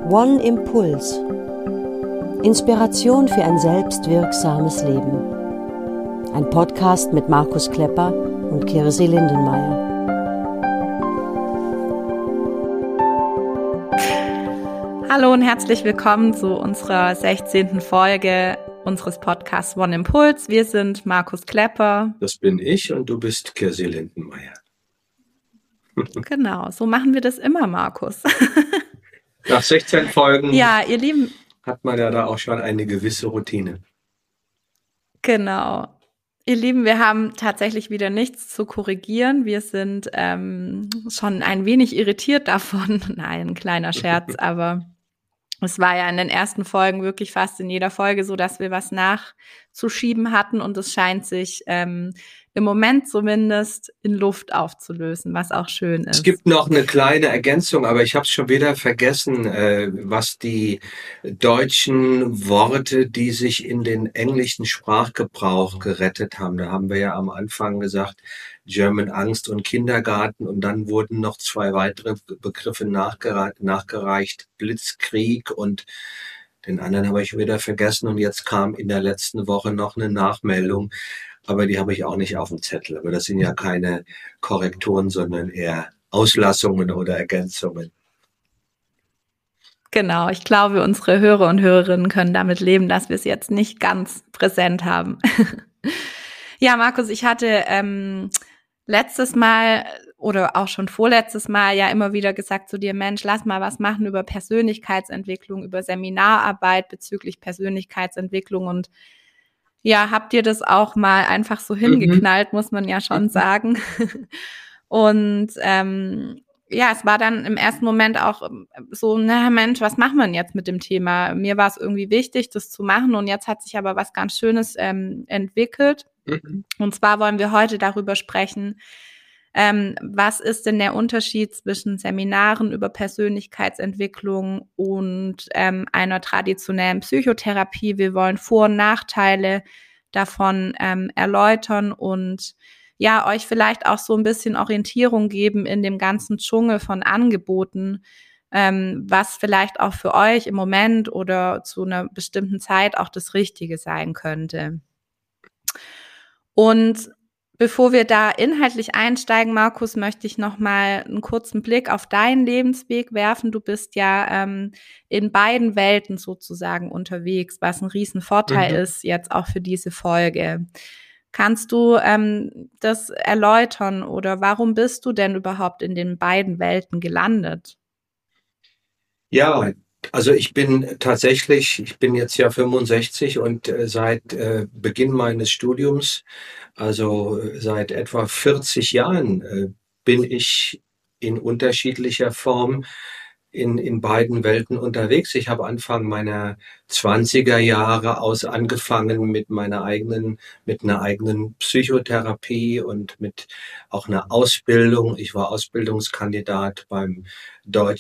One Impuls. Inspiration für ein selbstwirksames Leben. Ein Podcast mit Markus Klepper und Kirsi Lindenmayer. Hallo und herzlich willkommen zu unserer 16. Folge unseres Podcasts One Impuls. Wir sind Markus Klepper. Das bin ich und du bist Kirsi Lindenmayer. Genau, so machen wir das immer, Markus. Nach 16 Folgen Ja, ihr Lieben. Hat man ja da auch schon eine gewisse Routine. Genau. Ihr Lieben, wir haben tatsächlich wieder nichts zu korrigieren. Wir sind schon ein wenig irritiert davon. Nein, ein kleiner Scherz, aber es war ja in den ersten Folgen wirklich fast in jeder Folge so, dass wir was nachzuschieben hatten und es scheint sich im Moment zumindest in Luft aufzulösen, was auch schön ist. Es gibt noch eine kleine Ergänzung, aber ich habe es schon wieder vergessen, was die deutschen Worte, die sich in den englischen Sprachgebrauch gerettet haben. Da haben wir ja am Anfang gesagt, German Angst und Kindergarten, und dann wurden noch 2 weitere Begriffe nachgereicht, Blitzkrieg, und den anderen habe ich wieder vergessen, und jetzt kam in der letzten Woche noch eine Nachmeldung, aber die habe ich auch nicht auf dem Zettel. Aber das sind ja keine Korrekturen, sondern eher Auslassungen oder Ergänzungen. Genau, ich glaube, unsere Hörer und Hörerinnen können damit leben, dass wir es jetzt nicht ganz präsent haben. Ja, Markus, ich hatte letztes Mal oder auch schon vorletztes Mal ja immer wieder gesagt zu dir, Mensch, lass mal was machen über Persönlichkeitsentwicklung, über Seminararbeit bezüglich Persönlichkeitsentwicklung, und ja, habt ihr das auch mal einfach so hingeknallt, muss man ja schon sagen. Und ja, es war dann im ersten Moment auch so, na Mensch, was machen wir denn jetzt mit dem Thema? Mir war es irgendwie wichtig, das zu machen, und jetzt hat sich aber was ganz Schönes entwickelt. Und zwar wollen wir heute darüber sprechen, was ist denn der Unterschied zwischen Seminaren über Persönlichkeitsentwicklung und einer traditionellen Psychotherapie? Wir wollen Vor- und Nachteile davon erläutern und ja, euch vielleicht auch so ein bisschen Orientierung geben in dem ganzen Dschungel von Angeboten, was vielleicht auch für euch im Moment oder zu einer bestimmten Zeit auch das Richtige sein könnte. Und bevor wir da inhaltlich einsteigen, Markus, möchte ich noch mal einen kurzen Blick auf deinen Lebensweg werfen. Du bist ja in beiden Welten sozusagen unterwegs, was ein Riesenvorteil ist jetzt auch für diese Folge. Kannst du das erläutern, oder warum bist du denn überhaupt in den beiden Welten gelandet? Ja, also ich bin jetzt ja 65 und seit Beginn meines Studiums, also seit etwa 40 Jahren, bin ich in unterschiedlicher Form in beiden Welten unterwegs. Ich habe Anfang meiner 20er Jahre angefangen mit einer eigenen Psychotherapie und mit auch einer Ausbildung. Ich war Ausbildungskandidat bei der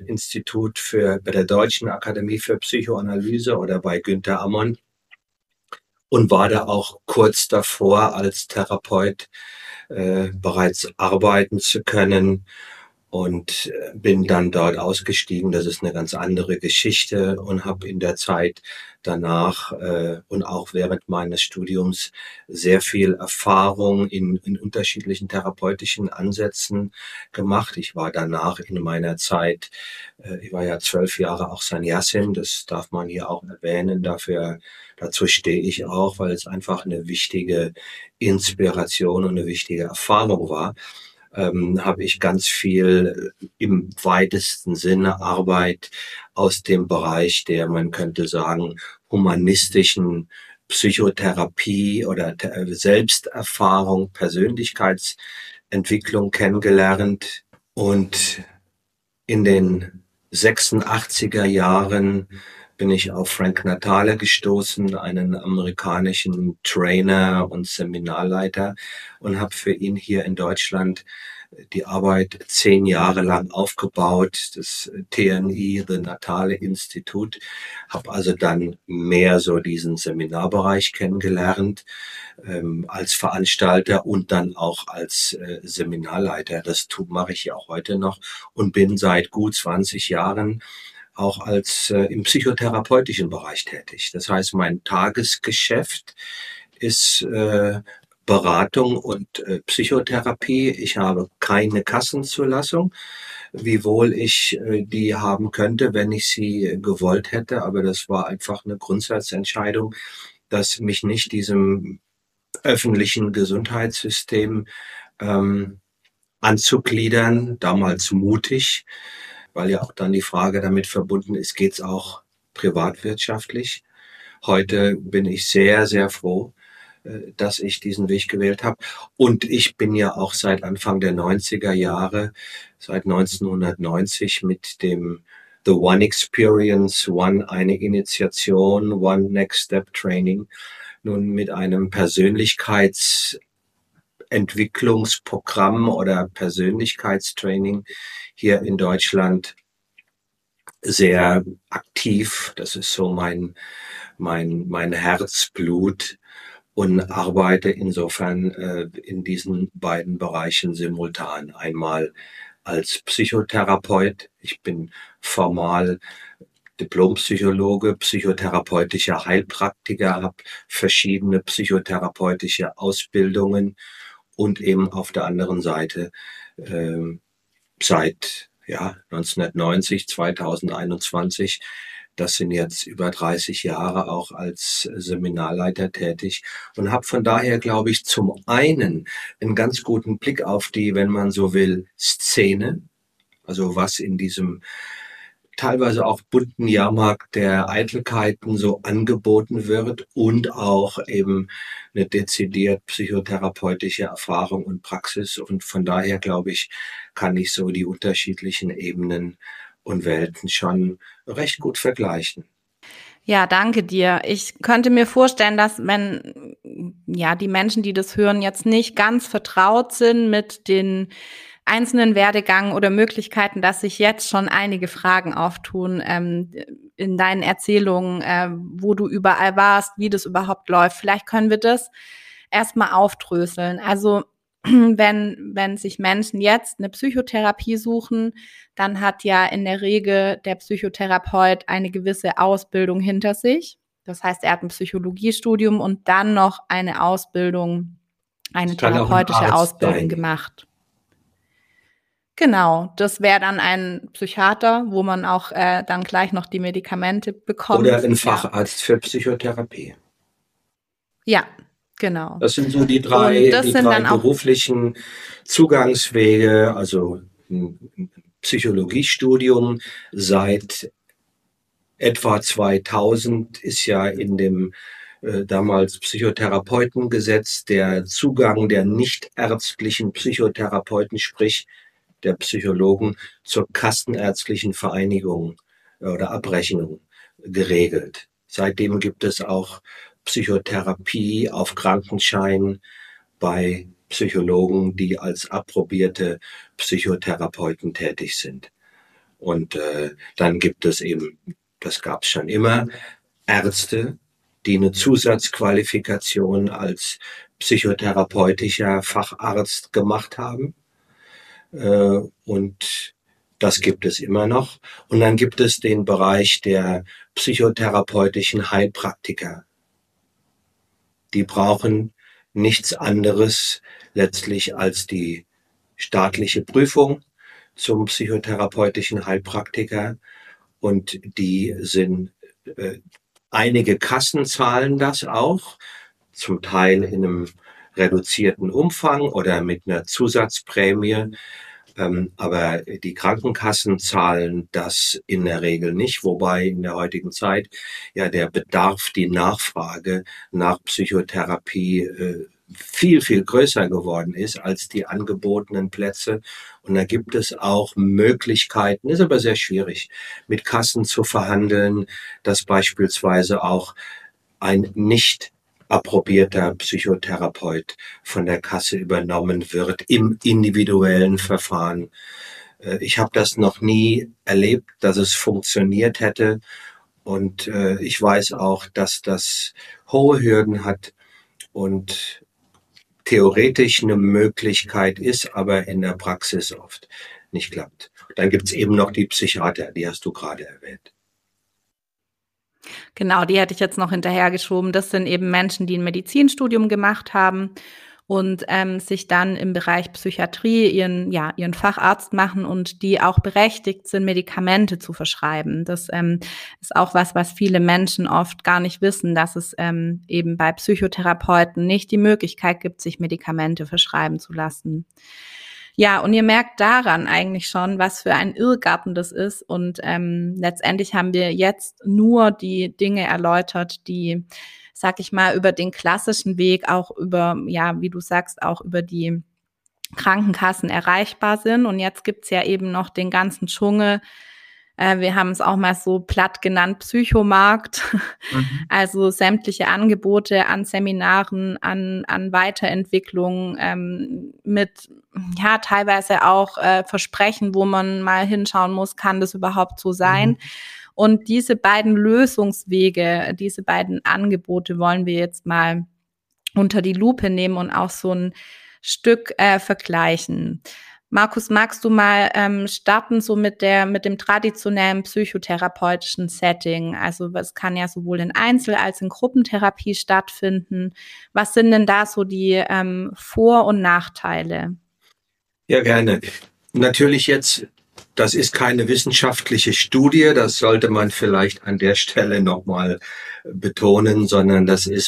Deutschen Akademie für Psychoanalyse oder bei Günther Ammon, und war da auch kurz davor, als Therapeut bereits arbeiten zu können, und bin dann dort ausgestiegen. Das ist eine ganz andere Geschichte, und habe in der Zeit danach und auch während meines Studiums sehr viel Erfahrung in unterschiedlichen therapeutischen Ansätzen gemacht. Ich war danach in meiner Zeit, ich war ja 12 Jahre auch Sannyasin, das darf man hier auch erwähnen, dazu stehe ich auch, weil es einfach eine wichtige Inspiration und eine wichtige Erfahrung war. Habe ich ganz viel im weitesten Sinne Arbeit aus dem Bereich der, man könnte sagen, humanistischen Psychotherapie oder Selbsterfahrung, Persönlichkeitsentwicklung kennengelernt. Und in den 86er Jahren bin ich auf Frank Natale gestoßen, einen amerikanischen Trainer und Seminarleiter, und habe für ihn hier in Deutschland die Arbeit 10 Jahre lang aufgebaut, das TNI, The Natale Institute, habe also dann mehr so diesen Seminarbereich kennengelernt, als Veranstalter und dann auch als Seminarleiter. Das mache ich ja auch heute noch und bin seit gut 20 Jahren auch als im psychotherapeutischen Bereich tätig. Das heißt, mein Tagesgeschäft ist Beratung und Psychotherapie. Ich habe keine Kassenzulassung, wiewohl ich die haben könnte, wenn ich sie gewollt hätte. Aber das war einfach eine Grundsatzentscheidung, dass mich nicht diesem öffentlichen Gesundheitssystem anzugliedern, damals mutig, weil ja auch dann die Frage damit verbunden ist, geht's auch privatwirtschaftlich? Heute bin ich sehr, sehr froh, dass ich diesen Weg gewählt habe. Und ich bin ja auch seit Anfang der 90er Jahre, seit 1990 mit dem The One Experience, eine Initiation, One Next Step Training, nun mit einem Persönlichkeitsentwicklungsprogramm oder Persönlichkeitstraining hier in Deutschland sehr aktiv. Das ist so mein Herzblut und arbeite insofern in diesen beiden Bereichen simultan. Einmal als Psychotherapeut. Ich bin formal Diplompsychologe, psychotherapeutischer Heilpraktiker, habe verschiedene psychotherapeutische Ausbildungen und eben auf der anderen Seite seit 1990, 2021, das sind jetzt über 30 Jahre auch als Seminarleiter tätig und habe von daher, glaube ich, zum einen einen ganz guten Blick auf die, wenn man so will, Szene, also was in diesem teilweise auch bunten Jahrmarkt der Eitelkeiten so angeboten wird und auch eben eine dezidiert psychotherapeutische Erfahrung und Praxis. Und von daher, glaube ich, kann ich so die unterschiedlichen Ebenen und Welten schon recht gut vergleichen. Ja, danke dir. Ich könnte mir vorstellen, dass wenn die Menschen, die das hören, jetzt nicht ganz vertraut sind mit den einzelnen Werdegang oder Möglichkeiten, dass sich jetzt schon einige Fragen auftun in deinen Erzählungen, wo du überall warst, wie das überhaupt läuft. Vielleicht können wir das erstmal aufdröseln. Also wenn sich Menschen jetzt eine Psychotherapie suchen, dann hat ja in der Regel der Psychotherapeut eine gewisse Ausbildung hinter sich. Das heißt, er hat ein Psychologiestudium und dann noch eine Ausbildung, eine therapeutische Ausbildung gemacht. Genau, das wäre dann ein Psychiater, wo man auch dann gleich noch die Medikamente bekommt. Oder ein Facharzt für Psychotherapie. Ja, genau. Das sind so die drei beruflichen Zugangswege, also ein Psychologiestudium seit etwa 2000 ist ja in dem damals Psychotherapeutengesetz der Zugang der nichtärztlichen Psychotherapeuten, sprich der Psychologen, zur kassenärztlichen Vereinigung oder Abrechnung geregelt. Seitdem gibt es auch Psychotherapie auf Krankenschein bei Psychologen, die als approbierte Psychotherapeuten tätig sind. Und dann gibt es eben, das gab es schon immer, Ärzte, die eine Zusatzqualifikation als psychotherapeutischer Facharzt gemacht haben. Und das gibt es immer noch. Und dann gibt es den Bereich der psychotherapeutischen Heilpraktiker. Die brauchen nichts anderes letztlich als die staatliche Prüfung zum psychotherapeutischen Heilpraktiker. Und die sind, einige Kassen zahlen das auch, zum Teil in einem reduzierten Umfang oder mit einer Zusatzprämie. Aber die Krankenkassen zahlen das in der Regel nicht, wobei in der heutigen Zeit ja der Bedarf, die Nachfrage nach Psychotherapie viel, viel größer geworden ist als die angebotenen Plätze. Und da gibt es auch Möglichkeiten, ist aber sehr schwierig, mit Kassen zu verhandeln, dass beispielsweise auch ein nicht approbierter Psychotherapeut von der Kasse übernommen wird im individuellen Verfahren. Ich habe das noch nie erlebt, dass es funktioniert hätte. Und ich weiß auch, dass das hohe Hürden hat und theoretisch eine Möglichkeit ist, aber in der Praxis oft nicht klappt. Dann gibt's eben noch die Psychiater, die hast du gerade erwähnt. Genau, die hätte ich jetzt noch hinterhergeschoben. Das sind eben Menschen, die ein Medizinstudium gemacht haben und sich dann im Bereich Psychiatrie ihren Facharzt machen und die auch berechtigt sind, Medikamente zu verschreiben. Das ist auch was viele Menschen oft gar nicht wissen, dass es eben bei Psychotherapeuten nicht die Möglichkeit gibt, sich Medikamente verschreiben zu lassen. Ja, und ihr merkt daran eigentlich schon, was für ein Irrgarten das ist. Und letztendlich haben wir jetzt nur die Dinge erläutert, die, sag ich mal, über den klassischen Weg auch über, ja, wie du sagst, auch über die Krankenkassen erreichbar sind. Und jetzt gibt's ja eben noch den ganzen Dschungel. Wir haben es auch mal so platt genannt, Psychomarkt. Also sämtliche Angebote an Seminaren, an Weiterentwicklung mit ja teilweise auch Versprechen, wo man mal hinschauen muss, kann das überhaupt so sein? Und diese beiden Lösungswege, diese beiden Angebote wollen wir jetzt mal unter die Lupe nehmen und auch so ein Stück vergleichen. Markus, magst du mal starten so mit dem traditionellen psychotherapeutischen Setting? Also es kann ja sowohl in Einzel- als in Gruppentherapie stattfinden. Was sind denn da so die Vor- und Nachteile? Ja, gerne. Natürlich jetzt, das ist keine wissenschaftliche Studie, das sollte man vielleicht an der Stelle nochmal betonen, sondern das ist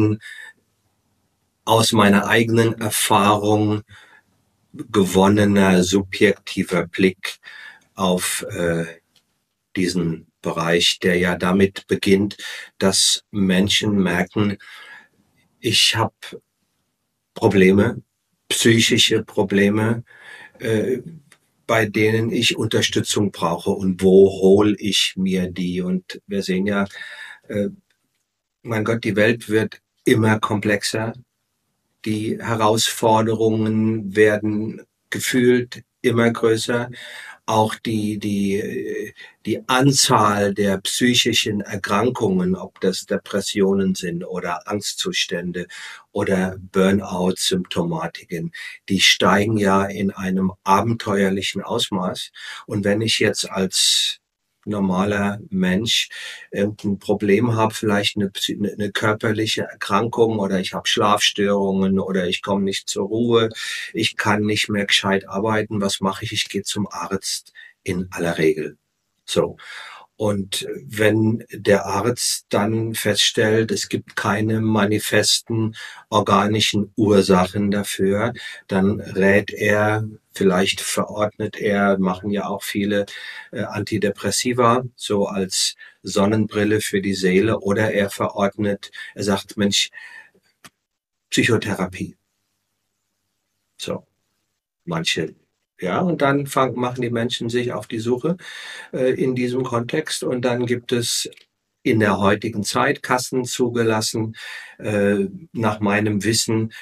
aus meiner eigenen Erfahrung gewonnener subjektiver Blick auf diesen Bereich, der ja damit beginnt, dass Menschen merken, ich habe Probleme, psychische Probleme, bei denen ich Unterstützung brauche und wo hole ich mir die? Und wir sehen ja, mein Gott, die Welt wird immer komplexer. Die Herausforderungen werden gefühlt immer größer. Auch die Anzahl der psychischen Erkrankungen, ob das Depressionen sind oder Angstzustände oder Burnout-Symptomatiken, die steigen ja in einem abenteuerlichen Ausmaß. Und wenn ich jetzt als normaler Mensch ein Problem habe, vielleicht eine körperliche Erkrankung oder ich habe Schlafstörungen oder ich komme nicht zur Ruhe, ich kann nicht mehr gescheit arbeiten, was mache ich? Ich gehe zum Arzt in aller Regel. So. Und wenn der Arzt dann feststellt, es gibt keine manifesten organischen Ursachen dafür, dann rät er, vielleicht verordnet er, machen ja auch viele Antidepressiva, so als Sonnenbrille für die Seele, oder er sagt, Mensch, Psychotherapie. So, manche. Ja, und dann machen die Menschen sich auf die Suche in diesem Kontext. Und dann gibt es in der heutigen Zeit Kassen zugelassen, nach meinem Wissen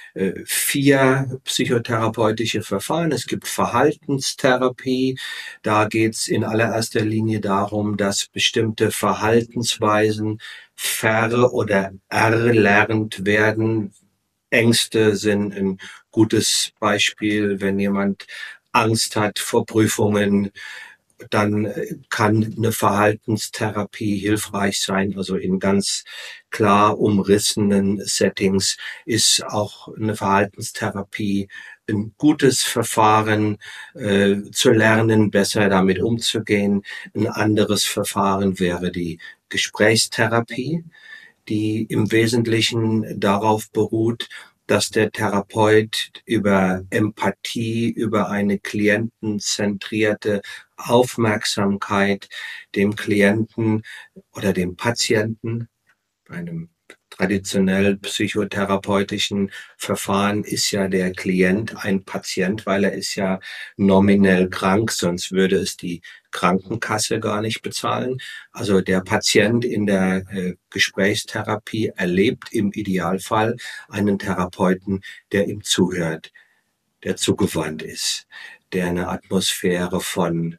4 psychotherapeutische Verfahren. Es gibt Verhaltenstherapie. Da geht es in allererster Linie darum, dass bestimmte Verhaltensweisen oder erlernt werden. Ängste sind ein gutes Beispiel, wenn jemand Angst hat vor Prüfungen, dann kann eine Verhaltenstherapie hilfreich sein. Also in ganz klar umrissenen Settings ist auch eine Verhaltenstherapie ein gutes Verfahren, zu lernen, besser damit umzugehen. Ein anderes Verfahren wäre die Gesprächstherapie, die im Wesentlichen darauf beruht, dass der Therapeut über Empathie, über eine klientenzentrierte Aufmerksamkeit dem Klienten oder dem Patienten, bei einem traditionell psychotherapeutischen Verfahren ist ja der Klient ein Patient, weil er ist ja nominell krank, sonst würde es die Krankenkasse gar nicht bezahlen. Also der Patient in der Gesprächstherapie erlebt im Idealfall einen Therapeuten, der ihm zuhört, der zugewandt ist, der eine Atmosphäre von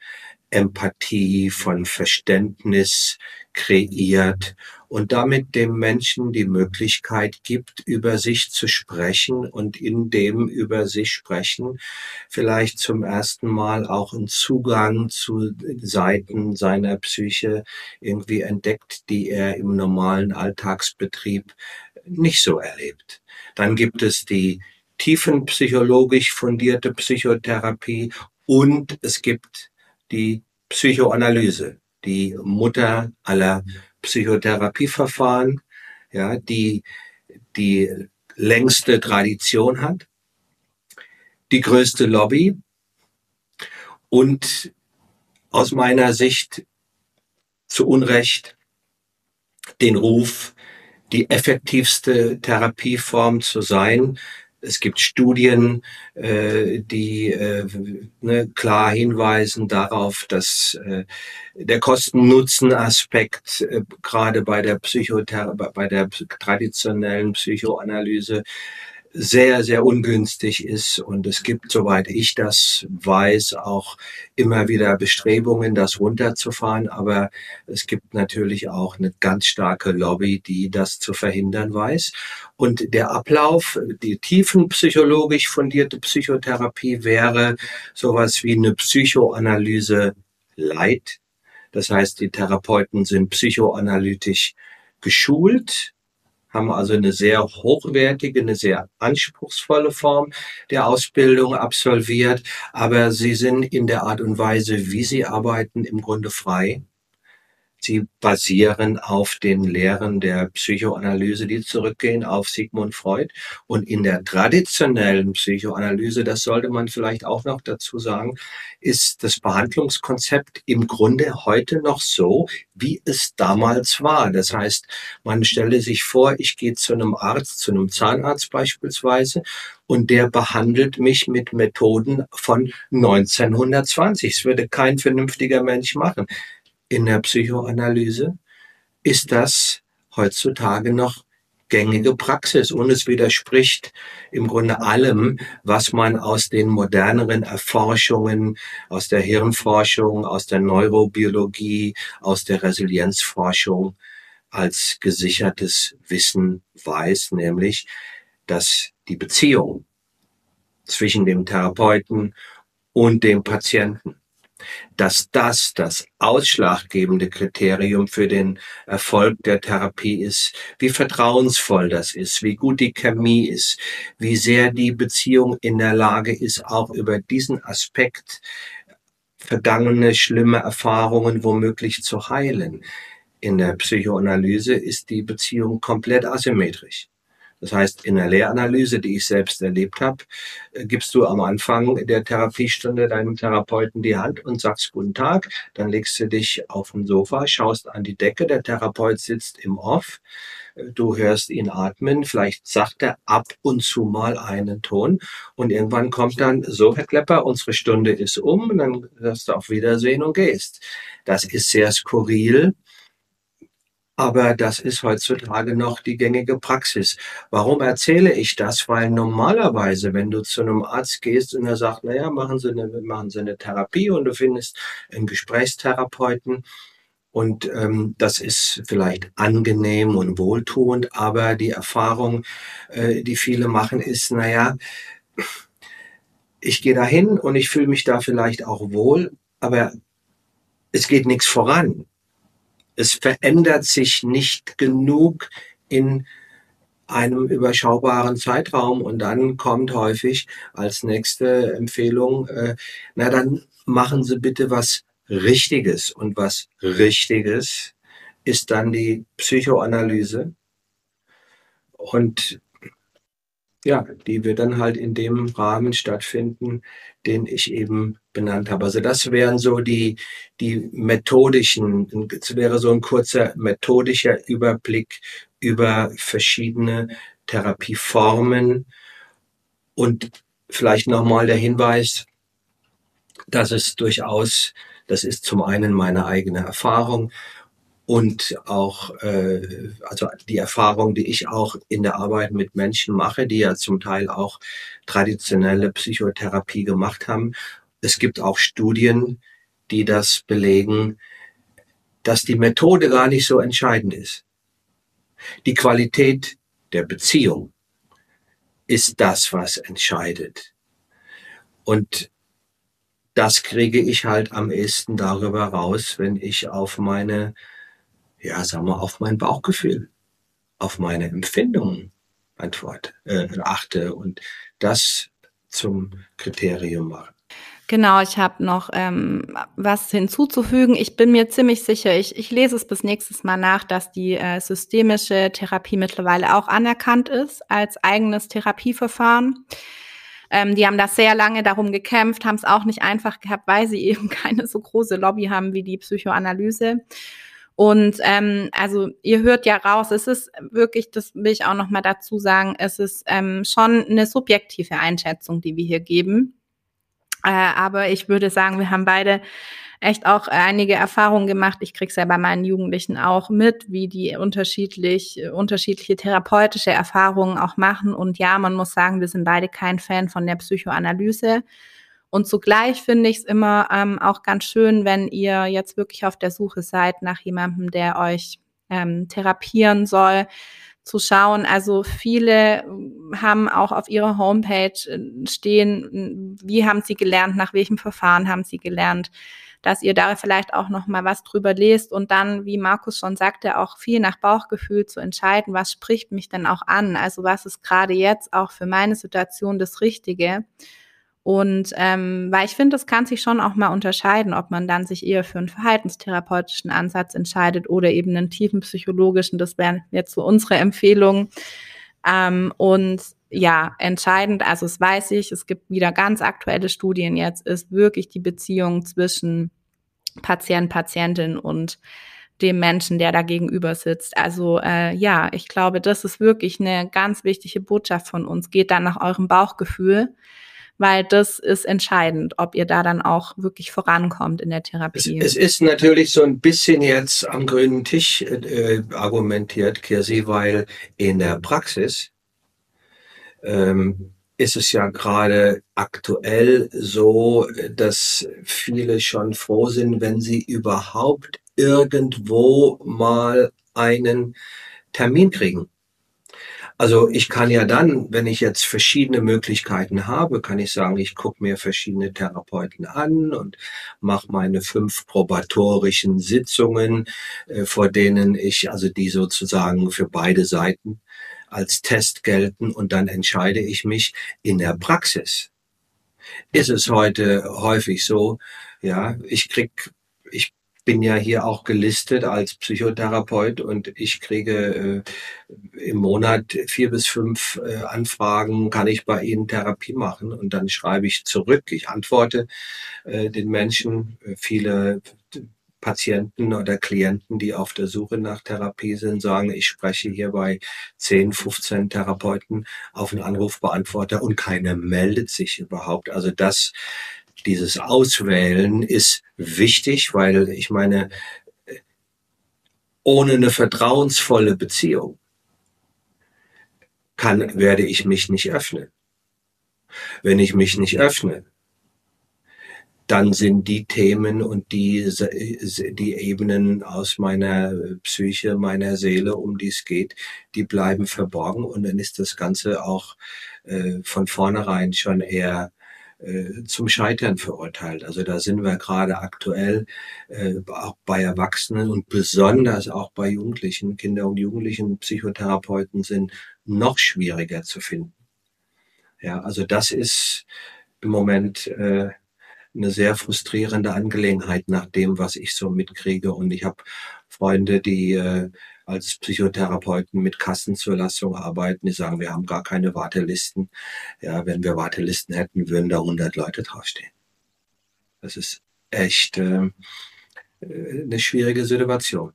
Empathie, von Verständnis kreiert und damit dem Menschen die Möglichkeit gibt, über sich zu sprechen und in dem über sich sprechen vielleicht zum ersten Mal auch einen Zugang zu Seiten seiner Psyche irgendwie entdeckt, die er im normalen Alltagsbetrieb nicht so erlebt. Dann gibt es die tiefenpsychologisch fundierte Psychotherapie und es gibt die Psychoanalyse, die Mutter aller Psychotherapieverfahren, ja, die längste Tradition hat, die größte Lobby und aus meiner Sicht zu Unrecht den Ruf, die effektivste Therapieform zu sein. Es gibt Studien, die klar hinweisen darauf, dass der Kosten-Nutzen-Aspekt gerade bei der bei der traditionellen Psychoanalyse sehr, sehr ungünstig ist. Und es gibt, soweit ich das weiß, auch immer wieder Bestrebungen, das runterzufahren. Aber es gibt natürlich auch eine ganz starke Lobby, die das zu verhindern weiß. Und der Ablauf, die tiefenpsychologisch fundierte Psychotherapie wäre sowas wie eine Psychoanalyse light. Das heißt, die Therapeuten sind psychoanalytisch geschult, haben also eine sehr hochwertige, eine sehr anspruchsvolle Form der Ausbildung absolviert, aber sie sind in der Art und Weise, wie sie arbeiten, im Grunde frei. Sie basieren auf den Lehren der Psychoanalyse, die zurückgehen auf Sigmund Freud. Und in der traditionellen Psychoanalyse, das sollte man vielleicht auch noch dazu sagen, ist das Behandlungskonzept im Grunde heute noch so, wie es damals war. Das heißt, man stelle sich vor, ich gehe zu einem Arzt, zu einem Zahnarzt beispielsweise, und der behandelt mich mit Methoden von 1920. Das würde kein vernünftiger Mensch machen. In der Psychoanalyse ist das heutzutage noch gängige Praxis und es widerspricht im Grunde allem, was man aus den moderneren Erforschungen, aus der Hirnforschung, aus der Neurobiologie, aus der Resilienzforschung als gesichertes Wissen weiß, nämlich, dass die Beziehung zwischen dem Therapeuten und dem Patienten, dass das ausschlaggebende Kriterium für den Erfolg der Therapie ist, wie vertrauensvoll das ist, wie gut die Chemie ist, wie sehr die Beziehung in der Lage ist, auch über diesen Aspekt vergangene schlimme Erfahrungen womöglich zu heilen. In der Psychoanalyse ist die Beziehung komplett asymmetrisch. Das heißt, in der Lehranalyse, die ich selbst erlebt habe, gibst du am Anfang der Therapiestunde deinem Therapeuten die Hand und sagst Guten Tag. Dann legst du dich auf ein Sofa, schaust an die Decke. Der Therapeut sitzt im Off. Du hörst ihn atmen. Vielleicht sagt er ab und zu mal einen Ton. Und irgendwann kommt dann, so Herr Klepper, unsere Stunde ist um. Und dann sagst du auf Wiedersehen und gehst. Das ist sehr skurril. Aber das ist heutzutage noch die gängige Praxis. Warum erzähle ich das? Weil normalerweise, wenn du zu einem Arzt gehst und er sagt, naja, machen Sie eine Therapie und du findest einen Gesprächstherapeuten und das ist vielleicht angenehm und wohltuend, aber die Erfahrung, die viele machen, ist, naja, ich gehe dahin und ich fühle mich da vielleicht auch wohl, aber es geht nichts voran. Es verändert sich nicht genug in einem überschaubaren Zeitraum und dann kommt häufig als nächste Empfehlung, na dann machen Sie bitte was Richtiges. Und was Richtiges ist dann die Psychoanalyse. Und ja, die wird dann halt in dem Rahmen stattfinden, den ich eben benannt habe. Also das wären so die methodischen, es wäre so ein kurzer methodischer Überblick über verschiedene Therapieformen und vielleicht nochmal der Hinweis, dass es durchaus, das ist zum einen meine eigene Erfahrung, und auch also die Erfahrung, die ich auch in der Arbeit mit Menschen mache, die ja zum Teil auch traditionelle Psychotherapie gemacht haben. Es gibt auch Studien, die das belegen, dass die Methode gar nicht so entscheidend ist. Die Qualität der Beziehung ist das, was entscheidet. Und das kriege ich halt am ehesten darüber raus, wenn ich auf meine, auf mein Bauchgefühl, auf meine Empfindungen achte und das zum Kriterium mache. Genau, ich habe noch was hinzuzufügen. Ich bin mir ziemlich sicher, ich lese es bis nächstes Mal nach, dass die systemische Therapie mittlerweile auch anerkannt ist als eigenes Therapieverfahren. Die haben da sehr lange darum gekämpft, haben es auch nicht einfach gehabt, weil sie eben keine so große Lobby haben wie die Psychoanalyse. Und also ihr hört ja raus, es ist wirklich, das will ich auch noch mal dazu sagen, es ist schon eine subjektive Einschätzung, die wir hier geben. Aber ich würde sagen, wir haben beide echt auch einige Erfahrungen gemacht. Ich kriege es ja bei meinen Jugendlichen auch mit, wie die unterschiedliche therapeutische Erfahrungen auch machen. Und ja, man muss sagen, wir sind beide kein Fan von der Psychoanalyse. Und zugleich finde ich es immer auch ganz schön, wenn ihr jetzt wirklich auf der Suche seid nach jemandem, der euch therapieren soll, zu schauen. Also viele haben auch auf ihrer Homepage stehen, wie haben sie gelernt, nach welchem Verfahren haben sie gelernt, dass ihr da vielleicht auch noch mal was drüber lest und dann, wie Markus schon sagte, auch viel nach Bauchgefühl zu entscheiden, was spricht mich denn auch an? Also was ist gerade jetzt auch für meine Situation das Richtige? Und weil ich finde, das kann sich schon auch mal unterscheiden, ob man dann sich eher für einen verhaltenstherapeutischen Ansatz entscheidet oder eben einen tiefen psychologischen. Das wäre jetzt so unsere Empfehlung. Und ja, entscheidend, also das weiß ich, es gibt wieder ganz aktuelle Studien jetzt, ist wirklich die Beziehung zwischen Patient, Patientin und dem Menschen, der da gegenüber sitzt. Also ja, ich glaube, das ist wirklich eine ganz wichtige Botschaft von uns. Geht dann nach eurem Bauchgefühl, weil das ist entscheidend, ob ihr da dann auch wirklich vorankommt in der Therapie. Es ist natürlich so ein bisschen jetzt am grünen Tisch argumentiert, Kirsi, weil in der Praxis ist es ja gerade aktuell so, dass viele schon froh sind, wenn sie überhaupt irgendwo mal einen Termin kriegen. Also ich kann ja dann, wenn ich jetzt verschiedene Möglichkeiten habe, kann ich sagen, ich gucke mir verschiedene Therapeuten an und mache meine 5 probatorischen Sitzungen, vor denen ich, also die sozusagen für beide Seiten als Test gelten, und dann entscheide ich mich. In der Praxis ist es heute häufig so, ja, ich bin ja hier auch gelistet als Psychotherapeut und ich kriege im Monat 4 bis 5 Anfragen, kann ich bei Ihnen Therapie machen? Und dann schreibe ich zurück, ich antworte den Menschen, viele Patienten oder Klienten, die auf der Suche nach Therapie sind, sagen, ich spreche hier bei 10, 15 Therapeuten auf einen Anrufbeantworter und keiner meldet sich überhaupt. Also dieses Auswählen ist wichtig, weil ich meine, ohne eine vertrauensvolle Beziehung werde ich mich nicht öffnen. Wenn ich mich nicht öffne, dann sind die Themen und die Ebenen aus meiner Psyche, meiner Seele, um die es geht, die bleiben verborgen, und dann ist das Ganze auch von vornherein schon eher zum Scheitern verurteilt. Also da sind wir gerade aktuell auch bei Erwachsenen und besonders auch bei Jugendlichen, Kinder und Jugendlichen, Psychotherapeuten sind noch schwieriger zu finden. Ja, also das ist im Moment eine sehr frustrierende Angelegenheit nach dem, was ich so mitkriege. Und ich habe Freunde, die als Psychotherapeuten mit Kassenzulassung arbeiten, die sagen, wir haben gar keine Wartelisten. Ja, wenn wir Wartelisten hätten, würden da 100 Leute draufstehen. Das ist echt eine schwierige Situation.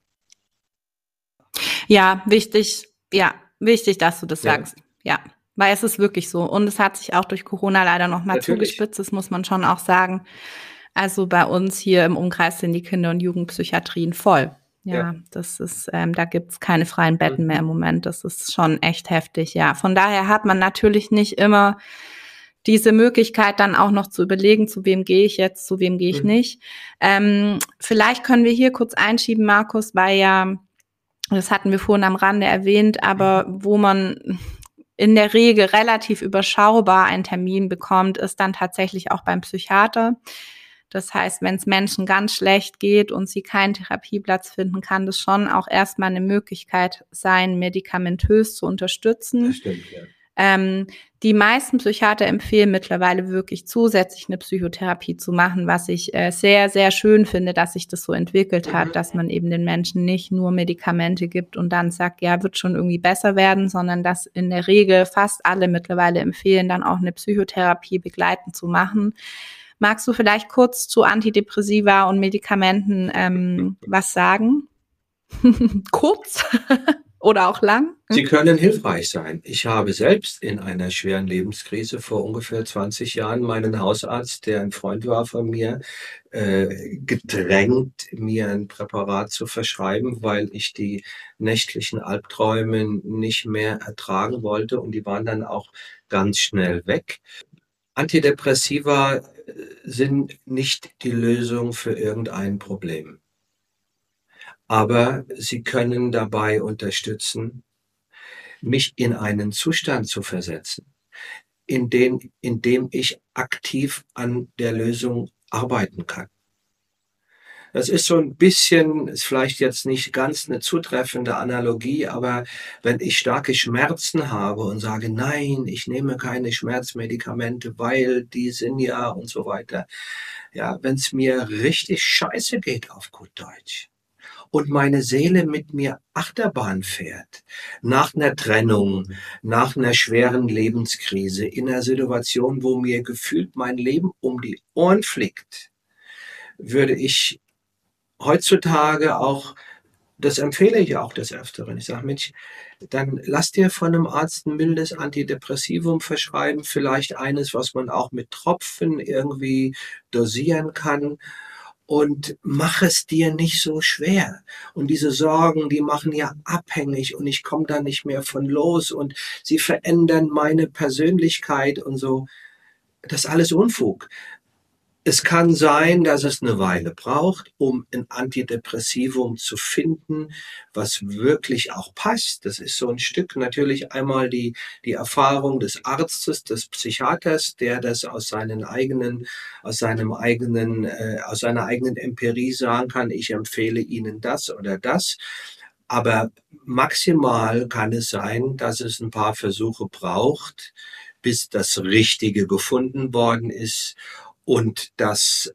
Ja, wichtig, dass du das sagst. Ja, weil es ist wirklich so. Und es hat sich auch durch Corona leider noch mal zugespitzt, das muss man schon auch sagen. Also bei uns hier im Umkreis sind die Kinder- und Jugendpsychiatrien voll. Ja, das ist, da gibt's keine freien Betten mehr im Moment. Das ist schon echt heftig. Ja, von daher hat man natürlich nicht immer diese Möglichkeit dann auch noch zu überlegen, zu wem gehe ich jetzt, zu wem gehe ich nicht. Vielleicht können wir hier kurz einschieben, Markus, weil ja, das hatten wir vorhin am Rande erwähnt, aber wo man in der Regel relativ überschaubar einen Termin bekommt, ist dann tatsächlich auch beim Psychiater. Das heißt, wenn es Menschen ganz schlecht geht und sie keinen Therapieplatz finden, kann das schon auch erstmal eine Möglichkeit sein, medikamentös zu unterstützen. Das stimmt, ja. Die meisten Psychiater empfehlen mittlerweile wirklich zusätzlich eine Psychotherapie zu machen, was ich sehr, sehr schön finde, dass sich das so entwickelt hat, dass man eben den Menschen nicht nur Medikamente gibt und dann sagt, ja, wird schon irgendwie besser werden, sondern dass in der Regel fast alle mittlerweile empfehlen, dann auch eine Psychotherapie begleitend zu machen. Magst du vielleicht kurz zu Antidepressiva und Medikamenten was sagen? Kurz oder auch lang? Sie können hilfreich sein. Ich habe selbst in einer schweren Lebenskrise vor ungefähr 20 Jahren meinen Hausarzt, der ein Freund war von mir, gedrängt, mir ein Präparat zu verschreiben, weil ich die nächtlichen Albträume nicht mehr ertragen wollte und die waren dann auch ganz schnell weg. Antidepressiva sind nicht die Lösung für irgendein Problem. Aber sie können dabei unterstützen, mich in einen Zustand zu versetzen, in dem ich aktiv an der Lösung arbeiten kann. Das ist so ein bisschen, ist vielleicht jetzt nicht ganz eine zutreffende Analogie, aber wenn ich starke Schmerzen habe und sage, nein, ich nehme keine Schmerzmedikamente, weil die sind ja und so weiter. Ja, wenn es mir richtig scheiße geht auf gut Deutsch und meine Seele mit mir Achterbahn fährt, nach einer Trennung, nach einer schweren Lebenskrise, in einer Situation, wo mir gefühlt mein Leben um die Ohren fliegt, würde ich heutzutage auch, das empfehle ich auch des Öfteren. Ich sage, Mensch, dann lass dir von einem Arzt ein mildes Antidepressivum verschreiben, vielleicht eines, was man auch mit Tropfen irgendwie dosieren kann. Und mach es dir nicht so schwer. Und diese Sorgen, die machen ja abhängig und ich komme da nicht mehr von los und sie verändern meine Persönlichkeit und so. Das ist alles Unfug. Es kann sein, dass es eine Weile braucht, um ein Antidepressivum zu finden, was wirklich auch passt. Das ist so ein Stück natürlich einmal die Erfahrung des Arztes, des Psychiaters, der das aus seiner eigenen Empirie sagen kann, ich empfehle Ihnen das oder das. Aber maximal kann es sein, dass es ein paar Versuche braucht, bis das Richtige gefunden worden ist. Und das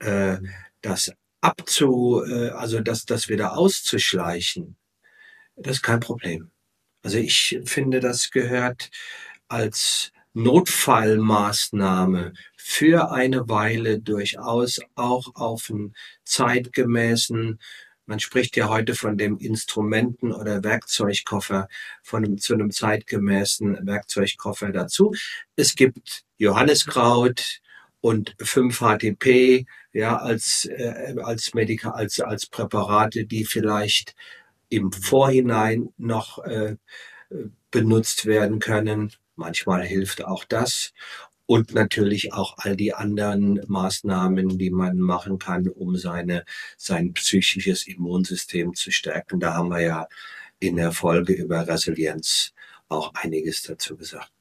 wieder auszuschleichen, das ist kein Problem. Also ich finde, das gehört als Notfallmaßnahme für eine Weile durchaus auch auf einen zeitgemäßen, man spricht ja heute von dem Instrumenten- oder Werkzeugkoffer, zu einem zeitgemäßen Werkzeugkoffer dazu. Es gibt Johanniskraut und 5-HTP, ja, als Präparate, die vielleicht im Vorhinein noch benutzt werden können. Manchmal hilft auch das. Und natürlich auch all die anderen Maßnahmen, die man machen kann, um sein psychisches Immunsystem zu stärken. Da haben wir ja in der Folge über Resilienz auch einiges dazu gesagt.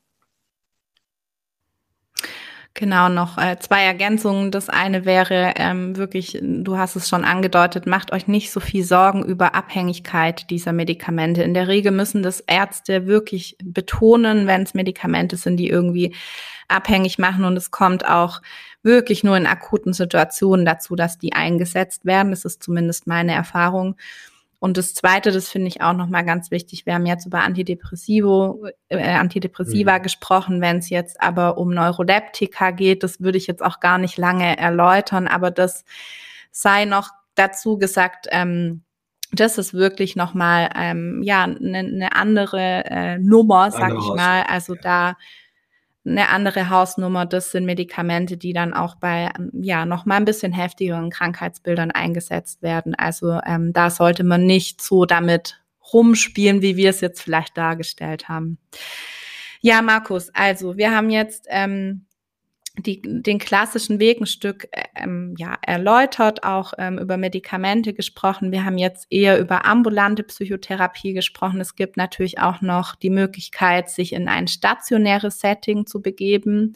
Genau, noch 2 Ergänzungen. Das eine wäre wirklich, du hast es schon angedeutet, macht euch nicht so viel Sorgen über Abhängigkeit dieser Medikamente. In der Regel müssen das Ärzte wirklich betonen, wenn es Medikamente sind, die irgendwie abhängig machen. Und es kommt auch wirklich nur in akuten Situationen dazu, dass die eingesetzt werden. Das ist zumindest meine Erfahrung. Und das Zweite, das finde ich auch nochmal ganz wichtig, wir haben jetzt über Antidepressiva gesprochen, wenn es jetzt aber um Neuroleptika geht, das würde ich jetzt auch gar nicht lange erläutern, aber das sei noch dazu gesagt, das ist wirklich nochmal eine andere Nummer, sag ich mal, also da eine andere Hausnummer, das sind Medikamente, die dann auch bei noch mal ein bisschen heftigeren Krankheitsbildern eingesetzt werden. Also da sollte man nicht so damit rumspielen, wie wir es jetzt vielleicht dargestellt haben. Ja, Markus, also wir haben jetzt den klassischen Weg ein Stück erläutert, auch über Medikamente gesprochen. Wir haben jetzt eher über ambulante Psychotherapie gesprochen. Es gibt natürlich auch noch die Möglichkeit, sich in ein stationäres Setting zu begeben.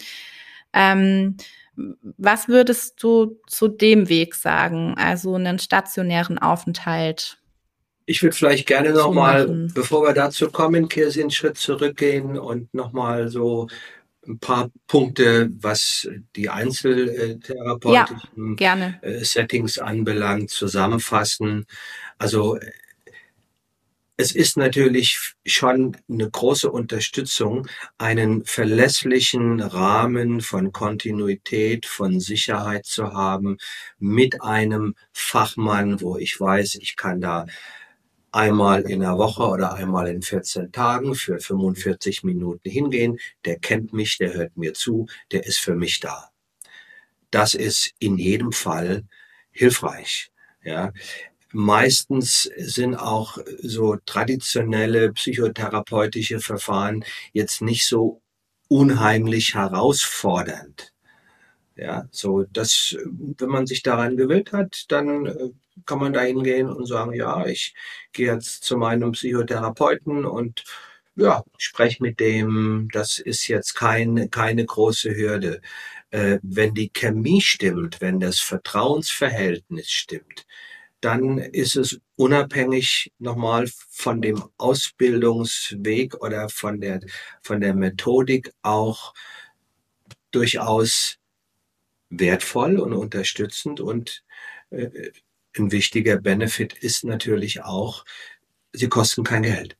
Was würdest du zu dem Weg sagen, also einen stationären Aufenthalt? Ich würde vielleicht gerne nochmal, bevor wir dazu kommen, Kirsi, einen Schritt zurückgehen und nochmal so ein paar Punkte, was die einzeltherapeutischen Settings anbelangt, zusammenfassen. Also es ist natürlich schon eine große Unterstützung, einen verlässlichen Rahmen von Kontinuität, von Sicherheit zu haben mit einem Fachmann, wo ich weiß, ich kann da einmal in der Woche oder einmal in 14 Tagen für 45 Minuten hingehen. Der kennt mich, der hört mir zu, der ist für mich da. Das ist in jedem Fall hilfreich. Ja. Meistens sind auch so traditionelle psychotherapeutische Verfahren jetzt nicht so unheimlich herausfordernd. Ja, so das, wenn man sich daran gewöhnt hat, dann kann man da hingehen und sagen, ja, ich gehe jetzt zu meinem Psychotherapeuten und ja, spreche mit dem, das ist jetzt keine große Hürde. Wenn die Chemie stimmt, wenn das Vertrauensverhältnis stimmt, dann ist es unabhängig nochmal von dem Ausbildungsweg oder von der Methodik auch durchaus wertvoll und unterstützend. Und ein wichtiger Benefit ist natürlich auch, sie kosten kein Geld.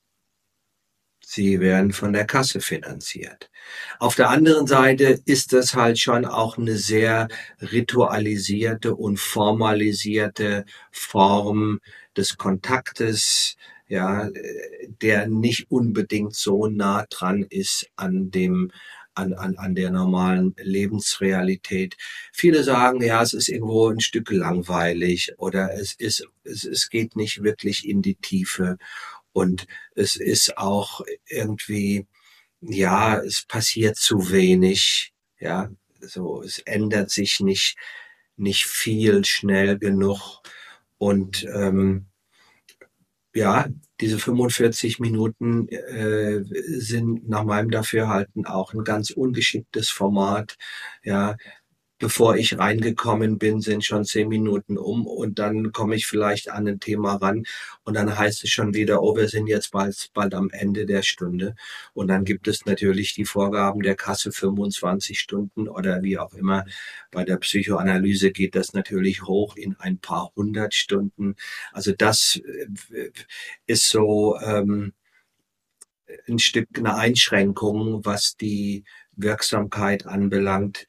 Sie werden von der Kasse finanziert. Auf der anderen Seite ist das halt schon auch eine sehr ritualisierte und formalisierte Form des Kontaktes, ja, der nicht unbedingt so nah dran ist an der normalen Lebensrealität. Viele sagen, ja, es ist irgendwo ein Stück langweilig oder es geht nicht wirklich in die Tiefe. Und es ist auch irgendwie, ja, es passiert zu wenig, ja, so, es ändert sich nicht viel schnell genug. Und ja, diese 45 Minuten sind nach meinem Dafürhalten auch ein ganz ungeschicktes Format, ja. Bevor ich reingekommen bin, sind schon 10 Minuten um und dann komme ich vielleicht an ein Thema ran und dann heißt es schon wieder, oh, wir sind jetzt bald am Ende der Stunde. Und dann gibt es natürlich die Vorgaben der Kasse 25 Stunden oder wie auch immer. Bei der Psychoanalyse geht das natürlich hoch in ein paar 100 Stunden. Also das ist so ein Stück eine Einschränkung, was die Wirksamkeit anbelangt,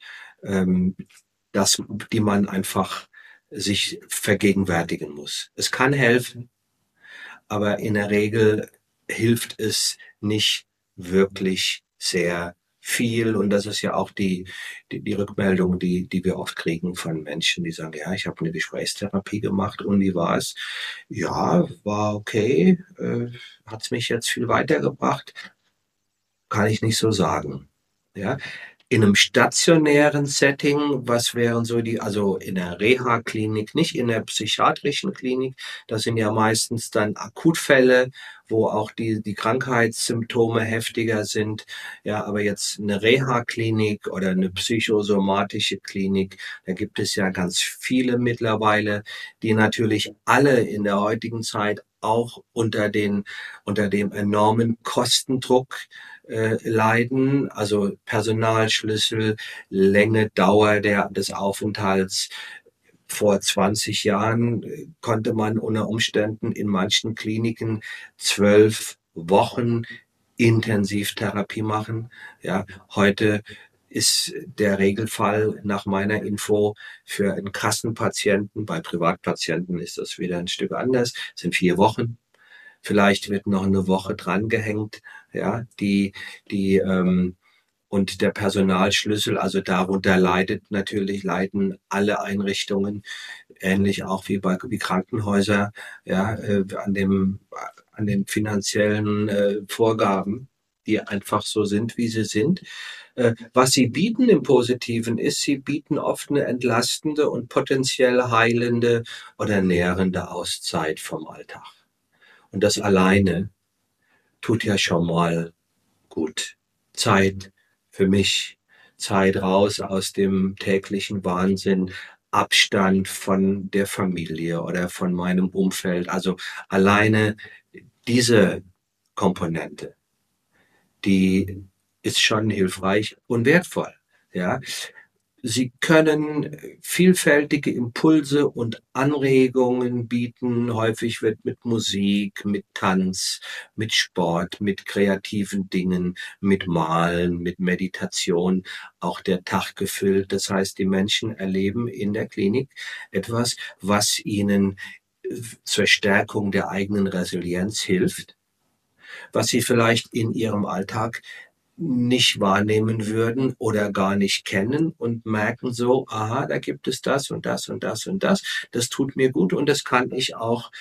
die man einfach sich vergegenwärtigen muss. Es kann helfen, aber in der Regel hilft es nicht wirklich sehr viel. Und das ist ja auch die Rückmeldung, die wir oft kriegen von Menschen, die sagen, ja, ich habe eine Gesprächstherapie gemacht und wie war es? Ja, war okay. Hat es mich jetzt viel weitergebracht? Kann ich nicht so sagen. Ja, in einem stationären Setting, was wären so also in der Reha-Klinik, nicht in der psychiatrischen Klinik, das sind ja meistens dann Akutfälle, wo auch die Krankheitssymptome heftiger sind. Ja, aber jetzt eine Reha-Klinik oder eine psychosomatische Klinik, da gibt es ja ganz viele mittlerweile, die natürlich alle in der heutigen Zeit auch unter dem enormen Kostendruck leiden, also Personalschlüssel, Länge, Dauer des Aufenthalts. Vor 20 Jahren konnte man unter Umständen in manchen Kliniken 12 Wochen Intensivtherapie machen. Ja, heute ist der Regelfall nach meiner Info für einen Kassenpatienten, bei Privatpatienten ist das wieder ein Stück anders, sind 4 Wochen. Vielleicht wird noch eine Woche drangehängt, ja, und der Personalschlüssel, also darunter leiden alle Einrichtungen, ähnlich auch wie Krankenhäuser, ja, an den finanziellen Vorgaben, die einfach so sind, wie sie sind. Was sie bieten im Positiven ist, sie bieten oft eine entlastende und potenziell heilende oder nährende Auszeit vom Alltag. Und das alleine tut ja schon mal gut. Zeit für mich, Zeit raus aus dem täglichen Wahnsinn, Abstand von der Familie oder von meinem Umfeld. Also alleine diese Komponente, die ist schon hilfreich und wertvoll. Ja, sie können vielfältige Impulse und Anregungen bieten. Häufig wird mit Musik, mit Tanz, mit Sport, mit kreativen Dingen, mit Malen, mit Meditation auch der Tag gefüllt. Das heißt, die Menschen erleben in der Klinik etwas, was ihnen zur Stärkung der eigenen Resilienz hilft, was sie vielleicht in ihrem Alltag nicht wahrnehmen würden oder gar nicht kennen und merken so, aha, da gibt es das und das und das und das. Das tut mir gut und das kann ich auch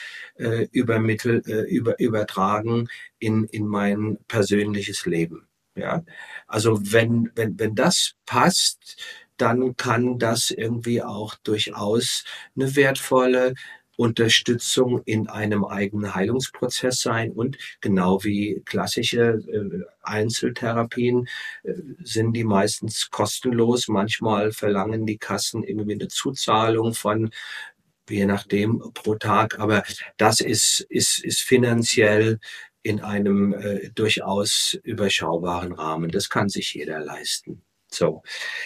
übertragen in mein persönliches Leben. Ja, also wenn das passt, dann kann das irgendwie auch durchaus eine wertvolle Unterstützung in einem eigenen Heilungsprozess sein und genau wie klassische Einzeltherapien sind die meistens kostenlos. Manchmal verlangen die Kassen irgendwie eine Zuzahlung von, je nachdem, pro Tag. Aber das ist finanziell in einem durchaus überschaubaren Rahmen. Das kann sich jeder leisten. So.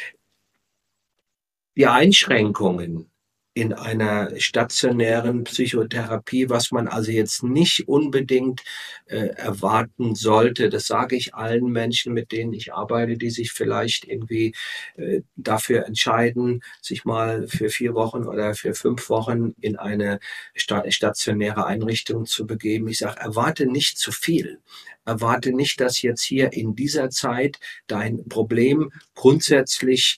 Die Einschränkungen in einer stationären Psychotherapie, was man also jetzt nicht unbedingt erwarten sollte, das sage ich allen Menschen, mit denen ich arbeite, die sich vielleicht irgendwie dafür entscheiden, sich mal für 4 Wochen oder für 5 Wochen in eine stationäre Einrichtung zu begeben. Ich sage, erwarte nicht zu viel. Erwarte nicht, dass jetzt hier in dieser Zeit dein Problem grundsätzlich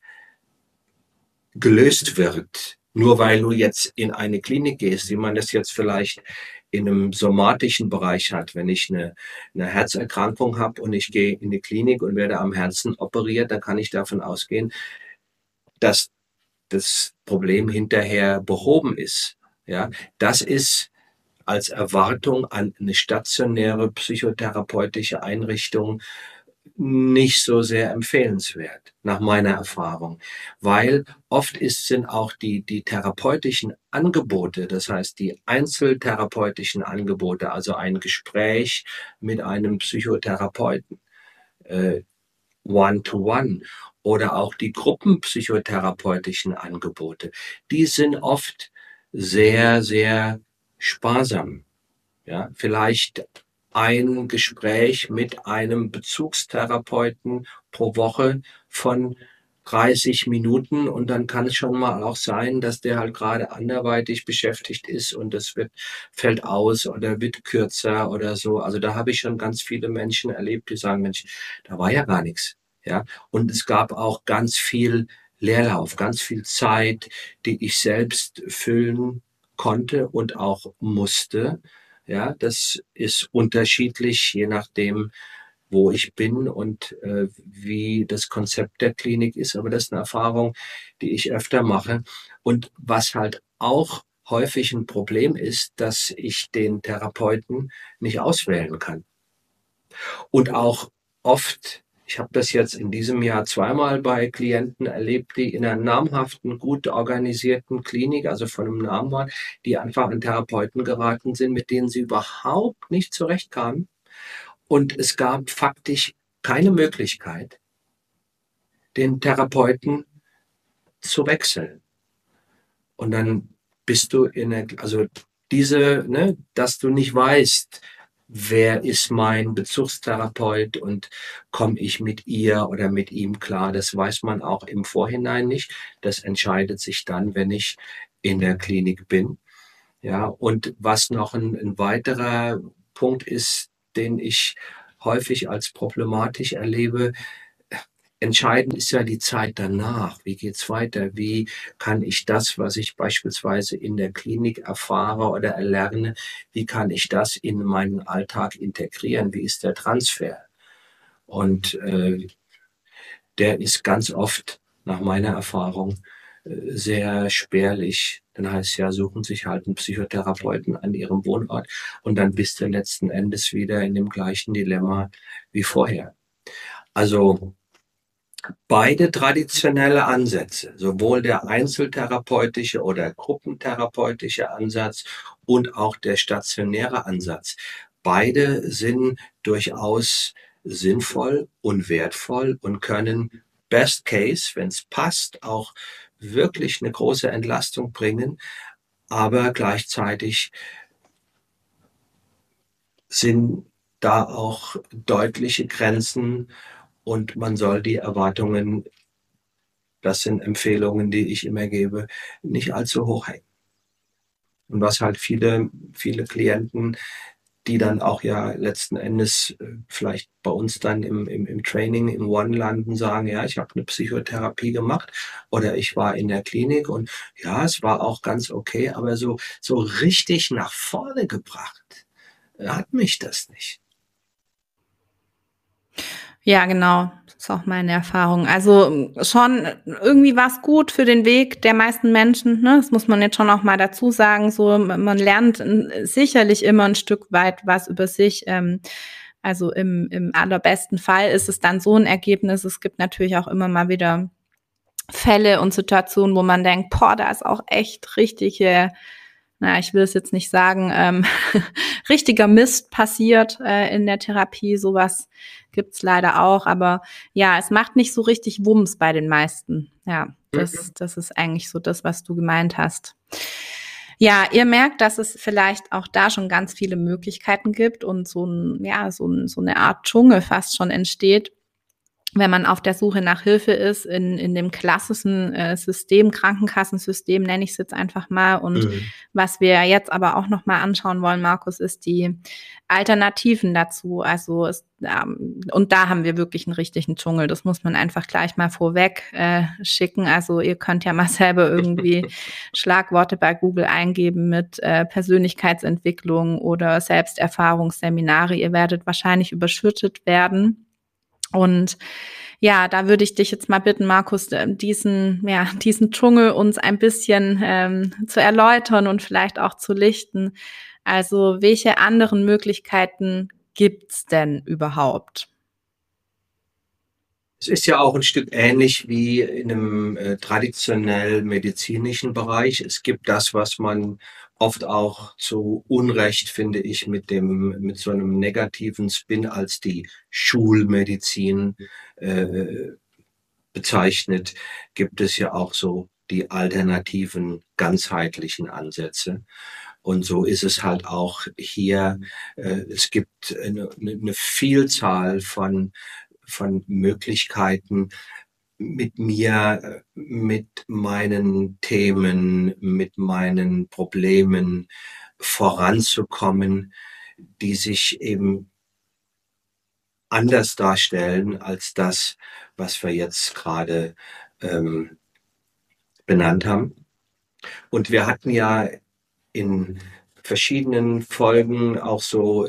gelöst wird, nur weil du jetzt in eine Klinik gehst, wie man das jetzt vielleicht in einem somatischen Bereich hat. Wenn ich eine Herzerkrankung habe und ich gehe in die Klinik und werde am Herzen operiert, dann kann ich davon ausgehen, dass das Problem hinterher behoben ist. Ja, das ist als Erwartung an eine stationäre psychotherapeutische Einrichtung nicht so sehr empfehlenswert, nach meiner Erfahrung, weil oft sind auch die therapeutischen Angebote, das heißt die einzeltherapeutischen Angebote, also ein Gespräch mit einem Psychotherapeuten, äh, One-to-One oder auch die gruppenpsychotherapeutischen Angebote, die sind oft sehr, sehr sparsam. Ja, vielleicht ein Gespräch mit einem Bezugstherapeuten pro Woche von 30 Minuten und dann kann es schon mal auch sein, dass der halt gerade anderweitig beschäftigt ist und fällt aus oder wird kürzer oder so. Also da habe ich schon ganz viele Menschen erlebt, die sagen, Mensch, da war ja gar nichts. Ja, und es gab auch ganz viel Leerlauf, ganz viel Zeit, die ich selbst füllen konnte und auch musste. Ja, das ist unterschiedlich, je nachdem, wo ich bin und wie das Konzept der Klinik ist. Aber das ist eine Erfahrung, die ich öfter mache. Und was halt auch häufig ein Problem ist, dass ich den Therapeuten nicht auswählen kann. Und auch oft, ich habe das jetzt in diesem Jahr zweimal bei Klienten erlebt, die in einer namhaften, gut organisierten Klinik, also von einem Namen waren, die einfach an Therapeuten geraten sind, mit denen sie überhaupt nicht zurechtkamen. Und es gab faktisch keine Möglichkeit, den Therapeuten zu wechseln. Und dann bist du also dass du nicht weißt, wer ist mein Bezugstherapeut und komme ich mit ihr oder mit ihm klar, das weiß man auch im Vorhinein nicht. Das entscheidet sich dann, wenn ich in der Klinik bin. Ja, und was noch ein weiterer Punkt ist, den ich häufig als problematisch erlebe, entscheidend ist ja die Zeit danach. Wie geht's weiter? Wie kann ich das, was ich beispielsweise in der Klinik erfahre oder erlerne, wie kann ich das in meinen Alltag integrieren? Wie ist der Transfer? Und der ist ganz oft, nach meiner Erfahrung, sehr spärlich. Dann heißt ja, suchen sich halt einen Psychotherapeuten an ihrem Wohnort und dann bist du letzten Endes wieder in dem gleichen Dilemma wie vorher. Also beide traditionelle Ansätze, sowohl der einzeltherapeutische oder gruppentherapeutische Ansatz und auch der stationäre Ansatz, beide sind durchaus sinnvoll und wertvoll und können Best Case, wenn es passt, auch wirklich eine große Entlastung bringen, aber gleichzeitig sind da auch deutliche Grenzen und man soll die Erwartungen, das sind Empfehlungen, die ich immer gebe, nicht allzu hoch hängen. Und was halt viele Klienten, die dann auch ja letzten Endes vielleicht bei uns dann im Training, im One landen, sagen, ja, ich habe eine Psychotherapie gemacht oder ich war in der Klinik und ja, es war auch ganz okay, aber so richtig nach vorne gebracht hat mich das nicht. Ja, genau. Das ist auch meine Erfahrung. Also schon irgendwie war es gut für den Weg der meisten Menschen. Ne? Das muss man jetzt schon auch mal dazu sagen. So, man lernt sicherlich immer ein Stück weit was über sich. Also im allerbesten Fall ist es dann so ein Ergebnis. Es gibt natürlich auch immer mal wieder Fälle und Situationen, wo man denkt, boah, da ist auch echt richtige, ich will es jetzt nicht sagen, richtiger Mist passiert in der Therapie. Sowas gibt's leider auch. Aber ja, es macht nicht so richtig Wumms bei den meisten. Ja, das ist eigentlich so das, was du gemeint hast. Ja, ihr merkt, dass es vielleicht auch da schon ganz viele Möglichkeiten gibt und so eine Art Dschungel fast schon entsteht, wenn man auf der Suche nach Hilfe ist, in dem klassischen System, Krankenkassensystem nenne ich es jetzt einfach mal. Und was wir jetzt aber auch noch mal anschauen wollen, Markus, ist die Alternativen dazu. Also und da haben wir wirklich einen richtigen Dschungel. Das muss man einfach gleich mal vorweg schicken. Also ihr könnt ja mal selber irgendwie Schlagworte bei Google eingeben mit Persönlichkeitsentwicklung oder Selbsterfahrungsseminare. Ihr werdet wahrscheinlich überschüttet werden. Und ja, da würde ich dich jetzt mal bitten, Markus, diesen Dschungel uns ein bisschen zu erläutern und vielleicht auch zu lichten. Also, welche anderen Möglichkeiten gibt's denn überhaupt? Es ist ja auch ein Stück ähnlich wie in einem traditionell medizinischen Bereich. Es gibt das, was man oft auch zu Unrecht, finde ich, mit so einem negativen Spin als die Schulmedizin bezeichnet, gibt es ja auch so die alternativen ganzheitlichen Ansätze. Und so ist es halt auch hier. Es gibt eine Vielzahl von Möglichkeiten, mit mir, mit meinen Themen, mit meinen Problemen voranzukommen, die sich eben anders darstellen als das, was wir jetzt gerade benannt haben. Und wir hatten ja in verschiedenen Folgen auch so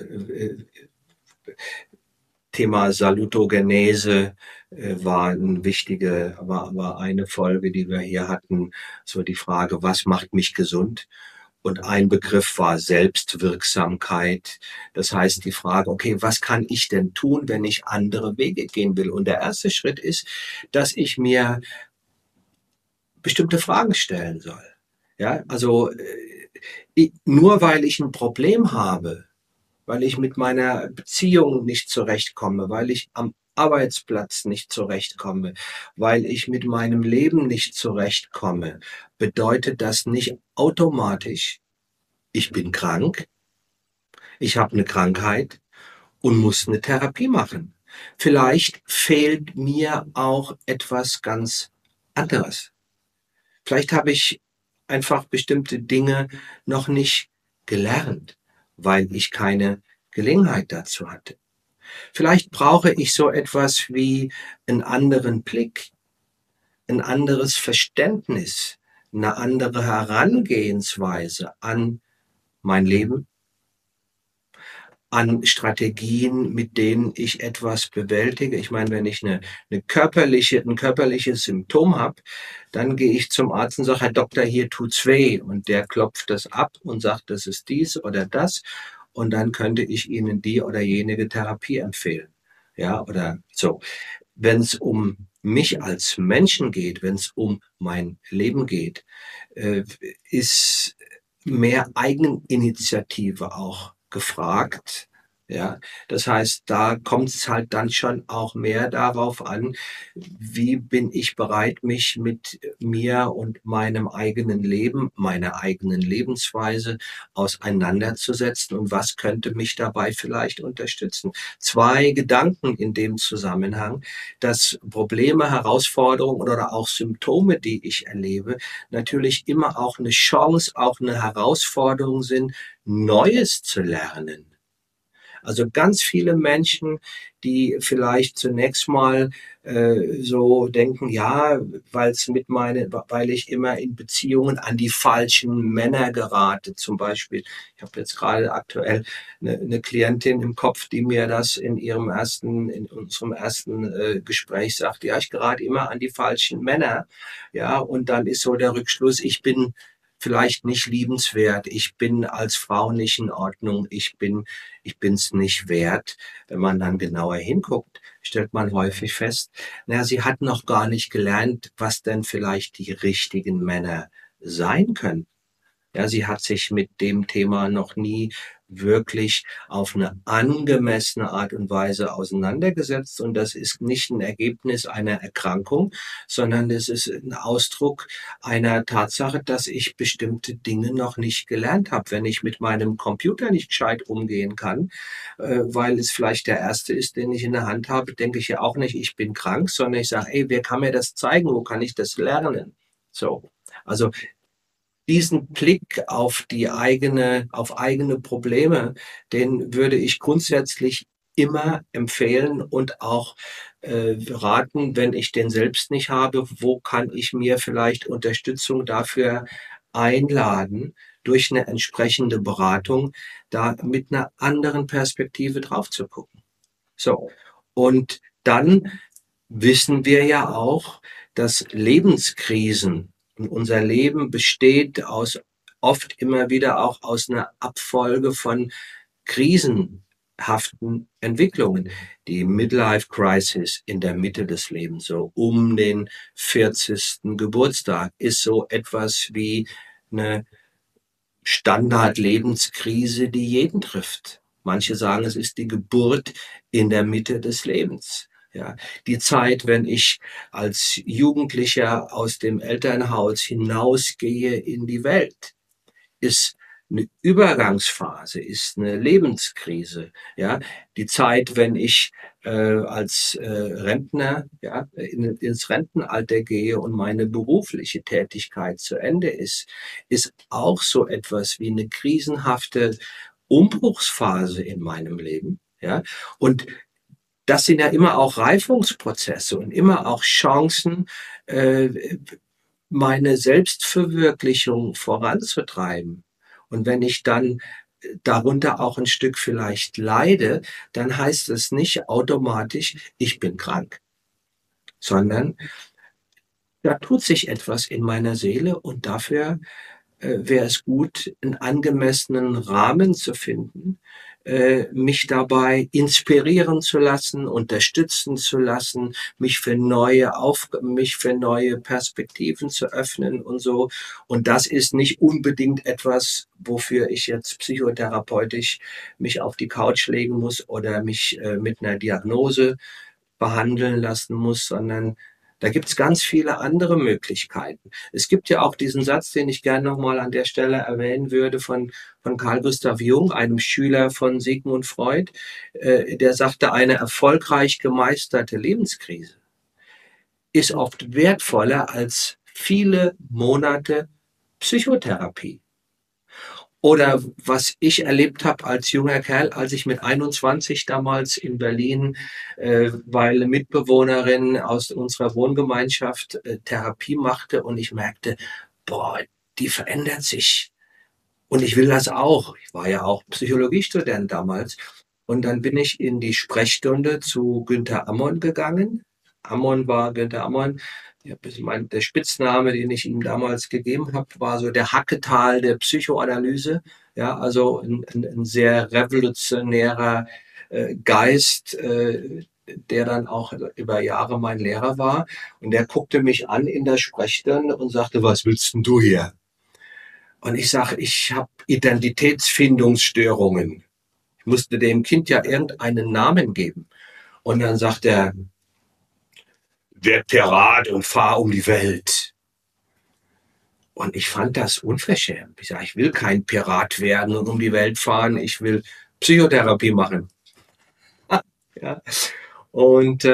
Thema Salutogenese war war eine Folge, die wir hier hatten, so die Frage, was macht mich gesund? Und ein Begriff war Selbstwirksamkeit. Das heißt die Frage, okay, was kann ich denn tun, wenn ich andere Wege gehen will? Und der erste Schritt ist, dass ich mir bestimmte Fragen stellen soll. Ja, also nur weil ich ein Problem habe, weil ich mit meiner Beziehung nicht zurechtkomme, weil ich am Arbeitsplatz nicht zurechtkomme, weil ich mit meinem Leben nicht zurechtkomme, bedeutet das nicht automatisch, ich bin krank, ich habe eine Krankheit und muss eine Therapie machen. Vielleicht fehlt mir auch etwas ganz anderes. Vielleicht habe ich einfach bestimmte Dinge noch nicht gelernt, weil ich keine Gelegenheit dazu hatte. Vielleicht brauche ich so etwas wie einen anderen Blick, ein anderes Verständnis, eine andere Herangehensweise an mein Leben, an Strategien, mit denen ich etwas bewältige. Ich meine, wenn ich ein körperliches Symptom habe, dann gehe ich zum Arzt und sage, Herr Doktor, hier tut's weh. Und der klopft das ab und sagt, das ist dies oder das. Und dann könnte ich Ihnen die oder jenige Therapie empfehlen. Ja, oder so. Wenn es um mich als Menschen geht, wenn es um mein Leben geht, ist mehr Eigeninitiative auch gefragt. Ja, das heißt, da kommt es halt dann schon auch mehr darauf an, wie bin ich bereit, mich mit mir und meinem eigenen Leben, meiner eigenen Lebensweise auseinanderzusetzen und was könnte mich dabei vielleicht unterstützen. Zwei Gedanken in dem Zusammenhang, dass Probleme, Herausforderungen oder auch Symptome, die ich erlebe, natürlich immer auch eine Chance, auch eine Herausforderung sind, Neues zu lernen. Also ganz viele Menschen, die vielleicht zunächst mal so denken, ja, weil ich immer in Beziehungen an die falschen Männer gerate, zum Beispiel. Ich habe jetzt gerade aktuell eine Klientin im Kopf, die mir das in unserem ersten Gespräch sagt, ja, ich gerate immer an die falschen Männer, ja, und dann ist so der Rückschluss, ich bin vielleicht nicht liebenswert, ich bin als Frau nicht in Ordnung, ich bin's nicht wert. Wenn man dann genauer hinguckt, stellt man häufig fest, naja, sie hat noch gar nicht gelernt, was denn vielleicht die richtigen Männer sein können. Ja, sie hat sich mit dem Thema noch nie wirklich auf eine angemessene Art und Weise auseinandergesetzt. Und das ist nicht ein Ergebnis einer Erkrankung, sondern es ist ein Ausdruck einer Tatsache, dass ich bestimmte Dinge noch nicht gelernt habe. Wenn ich mit meinem Computer nicht gescheit umgehen kann, weil es vielleicht der erste ist, den ich in der Hand habe, denke ich ja auch nicht, ich bin krank, sondern ich sage, ey, wer kann mir das zeigen? Wo kann ich das lernen? So. Also diesen Blick auf auf eigene Probleme, den würde ich grundsätzlich immer empfehlen und auch raten, wenn ich den selbst nicht habe, wo kann ich mir vielleicht Unterstützung dafür einladen, durch eine entsprechende Beratung, da mit einer anderen Perspektive drauf zu gucken. So. Und dann wissen wir ja auch, dass Lebenskrisen und unser Leben besteht oft immer wieder auch aus einer Abfolge von krisenhaften Entwicklungen. Die Midlife Crisis in der Mitte des Lebens, so um den 40. Geburtstag, ist so etwas wie eine Standardlebenskrise, die jeden trifft. Manche sagen, es ist die Geburt in der Mitte des Lebens. Ja, die Zeit, wenn ich als Jugendlicher aus dem Elternhaus hinausgehe in die Welt, ist eine Übergangsphase, ist eine Lebenskrise. Ja, die Zeit, wenn ich als Rentner ins Rentenalter gehe und meine berufliche Tätigkeit zu Ende ist auch so etwas wie eine krisenhafte Umbruchsphase in meinem Leben. Ja, und das sind ja immer auch Reifungsprozesse und immer auch Chancen, meine Selbstverwirklichung voranzutreiben. Und wenn ich dann darunter auch ein Stück vielleicht leide, dann heißt es nicht automatisch, ich bin krank, sondern da tut sich etwas in meiner Seele und dafür wäre es gut, einen angemessenen Rahmen zu finden, mich dabei inspirieren zu lassen, unterstützen zu lassen, mich für neue Perspektiven zu öffnen und so. Und das ist nicht unbedingt etwas, wofür ich jetzt psychotherapeutisch mich auf die Couch legen muss oder mich mit einer Diagnose behandeln lassen muss, sondern da gibt's ganz viele andere Möglichkeiten. Es gibt ja auch diesen Satz, den ich gerne nochmal an der Stelle erwähnen würde, von Carl Gustav Jung, einem Schüler von Sigmund Freud, der sagte, eine erfolgreich gemeisterte Lebenskrise ist oft wertvoller als viele Monate Psychotherapie. Oder was ich erlebt habe als junger Kerl, als ich mit 21 damals in Berlin, weil eine Mitbewohnerin aus unserer Wohngemeinschaft Therapie machte und ich merkte, boah, die verändert sich. Und ich will das auch. Ich war ja auch Psychologiestudent damals. Und dann bin ich in die Sprechstunde zu Günther Ammon gegangen. Günther Ammon, der Spitzname, den ich ihm damals gegeben habe, war so der Hacketal der Psychoanalyse. Ja, also ein sehr revolutionärer Geist, der dann auch über Jahre mein Lehrer war. Und der guckte mich an in der Sprechstunde und sagte, was willst denn du hier? Und ich sage, ich habe Identitätsfindungsstörungen. Ich musste dem Kind ja irgendeinen Namen geben. Und dann sagt er, werd Pirat und fahr um die Welt. Und ich fand das unverschämt. Ich sage, ich will kein Pirat werden und um die Welt fahren. Ich will Psychotherapie machen. Ja. Und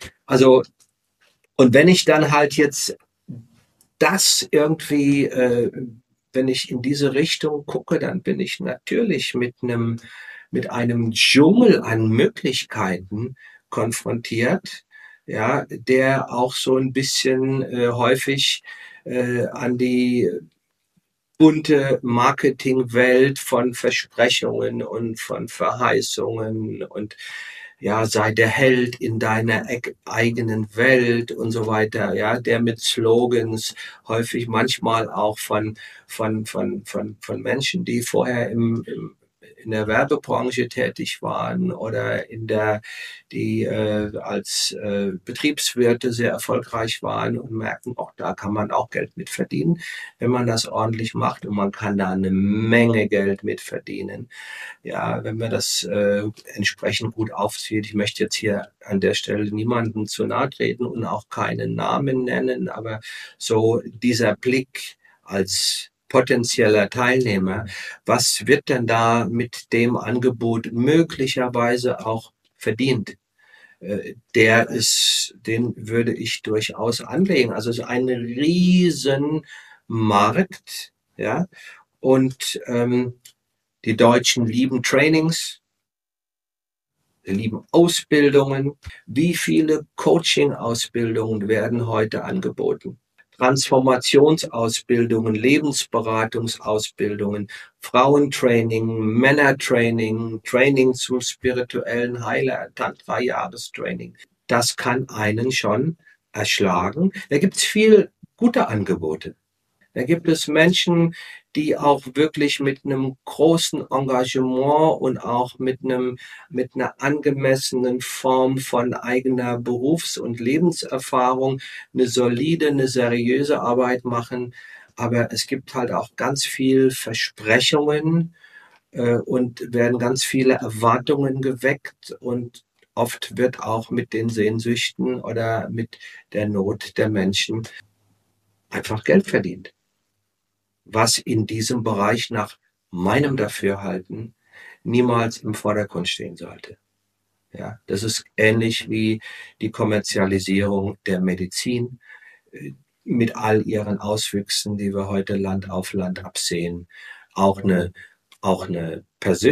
und wenn ich dann halt jetzt das irgendwie, wenn ich in diese Richtung gucke, dann bin ich natürlich mit einem Dschungel an Möglichkeiten konfrontiert, ja, der auch so ein bisschen häufig an die bunte Marketingwelt von Versprechungen und von Verheißungen und ja, sei der Held in deiner eigenen Welt und so weiter, ja, der mit Slogans häufig manchmal auch von Menschen, die vorher in der Werbebranche tätig waren oder die als Betriebswirte sehr erfolgreich waren und merken, auch da kann man auch Geld mit verdienen, wenn man das ordentlich macht und man kann da eine Menge Geld mit verdienen. Ja, wenn man das entsprechend gut aufzieht. Ich möchte jetzt hier an der Stelle niemandem zu nahe treten und auch keinen Namen nennen, aber so dieser Blick als potenzieller Teilnehmer, was wird denn da mit dem Angebot möglicherweise auch verdient? Den würde ich durchaus anlegen. Also es ist ein Riesenmarkt, ja, und die Deutschen lieben Trainings, sie lieben Ausbildungen. Wie viele Coaching-Ausbildungen werden heute angeboten? Transformationsausbildungen, Lebensberatungsausbildungen, Frauentraining, Männertraining, Training zu spirituellen Heiler, Tantra-Jahrestraining. Das kann einen schon erschlagen. Da gibt es viel gute Angebote. Da gibt es Menschen, die auch wirklich mit einem großen Engagement und auch mit einer angemessenen Form von eigener Berufs- und Lebenserfahrung eine solide, eine seriöse Arbeit machen. Aber es gibt halt auch ganz viel Versprechungen, und werden ganz viele Erwartungen geweckt und oft wird auch mit den Sehnsüchten oder mit der Not der Menschen einfach Geld verdient, was in diesem Bereich nach meinem Dafürhalten niemals im Vordergrund stehen sollte. Ja, das ist ähnlich wie die Kommerzialisierung der Medizin mit all ihren Auswüchsen, die wir heute Land auf Land absehen. Auch eine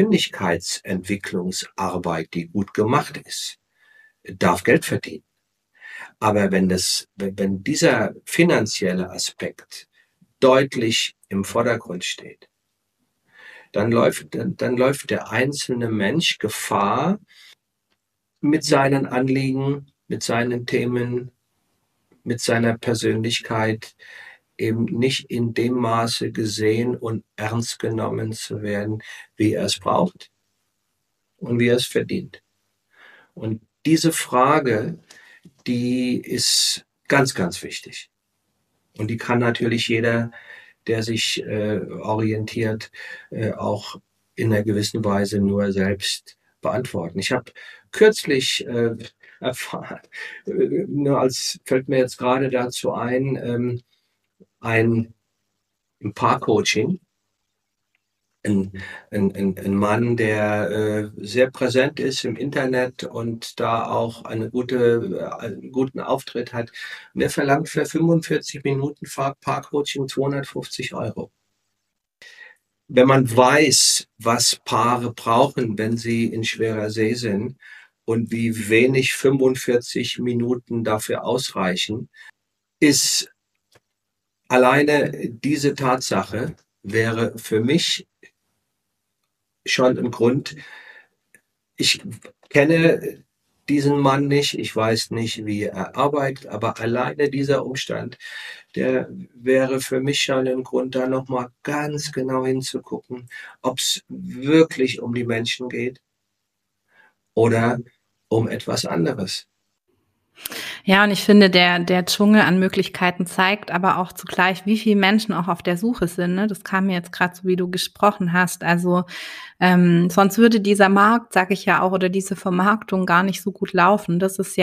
Persönlichkeitsentwicklungsarbeit, die gut gemacht ist, darf Geld verdienen. Aber wenn dieser finanzielle Aspekt deutlich im Vordergrund steht, dann läuft der einzelne Mensch Gefahr, mit seinen Anliegen, mit seinen Themen, mit seiner Persönlichkeit eben nicht in dem Maße gesehen und ernst genommen zu werden, wie er es braucht und wie er es verdient. Und diese Frage, die ist ganz, ganz wichtig. Und die kann natürlich jeder, der sich orientiert, auch in einer gewissen Weise nur selbst beantworten. Ich habe kürzlich erfahren, fällt mir jetzt gerade dazu ein Paarcoaching, ein Mann, der sehr präsent ist im Internet und da auch einen guten Auftritt hat. Und der verlangt für 45 Minuten Paarcoaching 250 Euro. Wenn man weiß, was Paare brauchen, wenn sie in schwerer See sind und wie wenig 45 Minuten dafür ausreichen, ist alleine diese Tatsache wäre für mich schon ein Grund, Ich kenne diesen Mann nicht, ich weiß nicht, wie er arbeitet, aber alleine dieser Umstand, der wäre für mich schon ein Grund, da nochmal ganz genau hinzugucken, ob es wirklich um die Menschen geht oder um etwas anderes. Ja, und ich finde, der Dschungel an Möglichkeiten zeigt aber auch zugleich, wie viele Menschen auch auf der Suche sind, ne? Das kam mir jetzt gerade so, wie du gesprochen hast. Also, sonst würde dieser Markt, sage ich ja auch, oder diese Vermarktung gar nicht so gut laufen. Das ist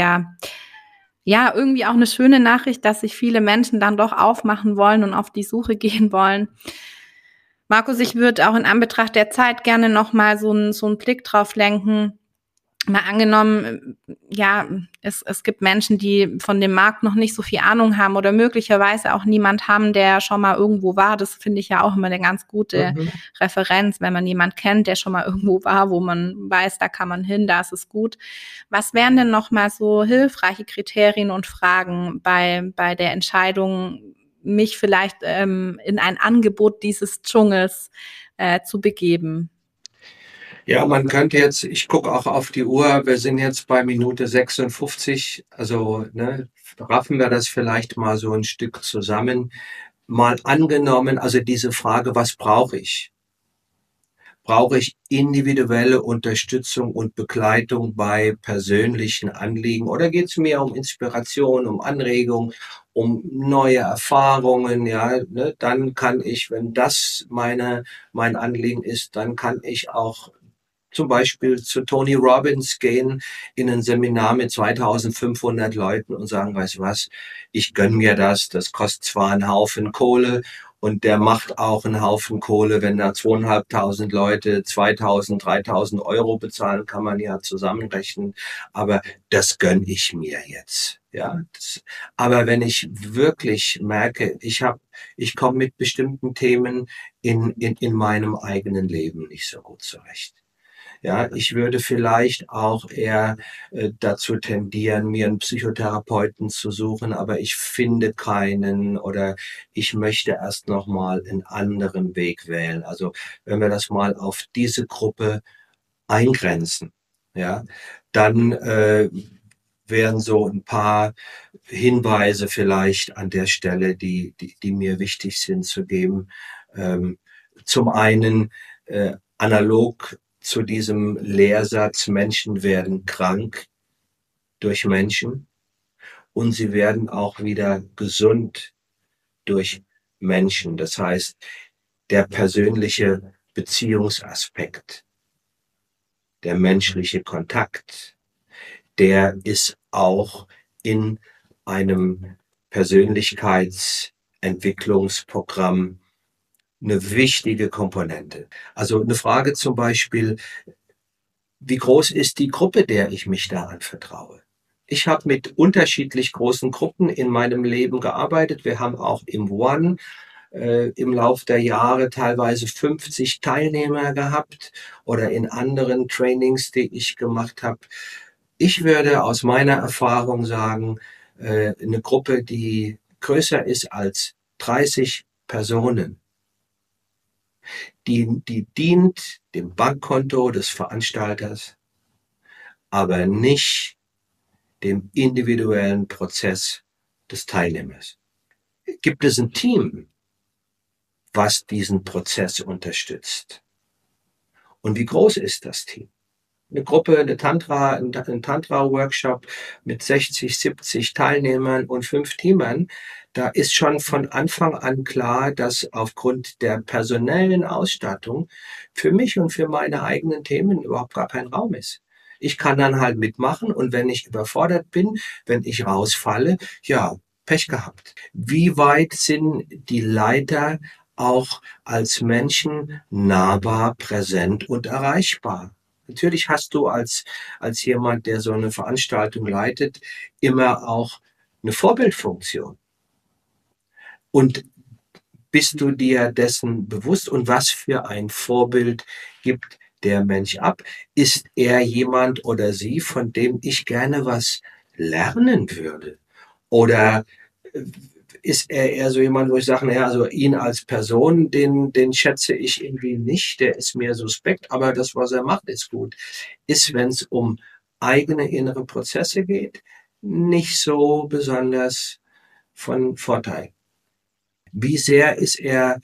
ja irgendwie auch eine schöne Nachricht, dass sich viele Menschen dann doch aufmachen wollen und auf die Suche gehen wollen. Markus, ich würde auch in Anbetracht der Zeit gerne noch mal so 'n Blick drauf lenken. Mal angenommen, ja, es gibt Menschen, die von dem Markt noch nicht so viel Ahnung haben oder möglicherweise auch niemand haben, der schon mal irgendwo war. Das finde ich ja auch immer eine ganz gute Mhm. Referenz, wenn man jemand kennt, der schon mal irgendwo war, wo man weiß, da kann man hin, da ist es gut. Was wären denn noch mal so hilfreiche Kriterien und Fragen bei der Entscheidung, mich vielleicht in ein Angebot dieses Dschungels zu begeben? Ja, man könnte jetzt, ich gucke auch auf die Uhr, wir sind jetzt bei Minute 56, also ne, raffen wir das vielleicht mal so ein Stück zusammen. Mal angenommen, also diese Frage, was brauche ich? Brauche ich individuelle Unterstützung und Begleitung bei persönlichen Anliegen oder geht es mir um Inspiration, um Anregung, um neue Erfahrungen? Ja, ne? Dann kann ich, wenn das mein Anliegen ist, dann kann ich auch zum Beispiel zu Tony Robbins gehen in ein Seminar mit 2500 Leuten und sagen, weißt du was, ich gönn mir das, das kostet zwar einen Haufen Kohle und der macht auch einen Haufen Kohle, wenn da 2500 Leute 2000, 3000 Euro bezahlen, kann man ja zusammenrechnen, aber das gönn ich mir jetzt. Ja, aber wenn ich wirklich merke, ich komme mit bestimmten Themen in meinem eigenen Leben nicht so gut zurecht. Ja, ich würde vielleicht auch eher dazu tendieren, mir einen Psychotherapeuten zu suchen, aber ich finde keinen oder ich möchte erst noch mal einen anderen Weg wählen. Also wenn wir das mal auf diese Gruppe eingrenzen, ja, dann wären so ein paar Hinweise vielleicht an der Stelle, die mir wichtig sind zu geben. Ähm, zum einen analog zu diesem Lehrsatz, Menschen werden krank durch Menschen und sie werden auch wieder gesund durch Menschen. Das heißt, der persönliche Beziehungsaspekt, der menschliche Kontakt, der ist auch in einem Persönlichkeitsentwicklungsprogramm eine wichtige Komponente. Also eine Frage zum Beispiel, wie groß ist die Gruppe, der ich mich da anvertraue? Ich habe mit unterschiedlich großen Gruppen in meinem Leben gearbeitet. Wir haben auch im One im Lauf der Jahre teilweise 50 Teilnehmer gehabt oder in anderen Trainings, die ich gemacht habe. Ich würde aus meiner Erfahrung sagen, eine Gruppe, die größer ist als 30 Personen, die dient dem Bankkonto des Veranstalters, aber nicht dem individuellen Prozess des Teilnehmers. Gibt es ein Team, was diesen Prozess unterstützt? Und wie groß ist das Team? Eine Gruppe, ein Tantra-Workshop mit 60, 70 Teilnehmern und 5 Teamern, da ist schon von Anfang an klar, dass aufgrund der personellen Ausstattung für mich und für meine eigenen Themen überhaupt gar kein Raum ist. Ich kann dann halt mitmachen und wenn ich überfordert bin, wenn ich rausfalle, ja, Pech gehabt. Wie weit sind die Leiter auch als Menschen nahbar, präsent und erreichbar? Natürlich hast du als jemand, der so eine Veranstaltung leitet, immer auch eine Vorbildfunktion. Und bist du dir dessen bewusst und was für ein Vorbild gibt der Mensch ab? Ist er jemand oder sie, von dem ich gerne was lernen würde? Oder ist er eher so jemand, wo ich sage, naja, also ihn als Person, den schätze ich irgendwie nicht, der ist mir suspekt, aber das, was er macht, ist gut. Ist, wenn es um eigene innere Prozesse geht, nicht so besonders von Vorteil. Wie sehr ist er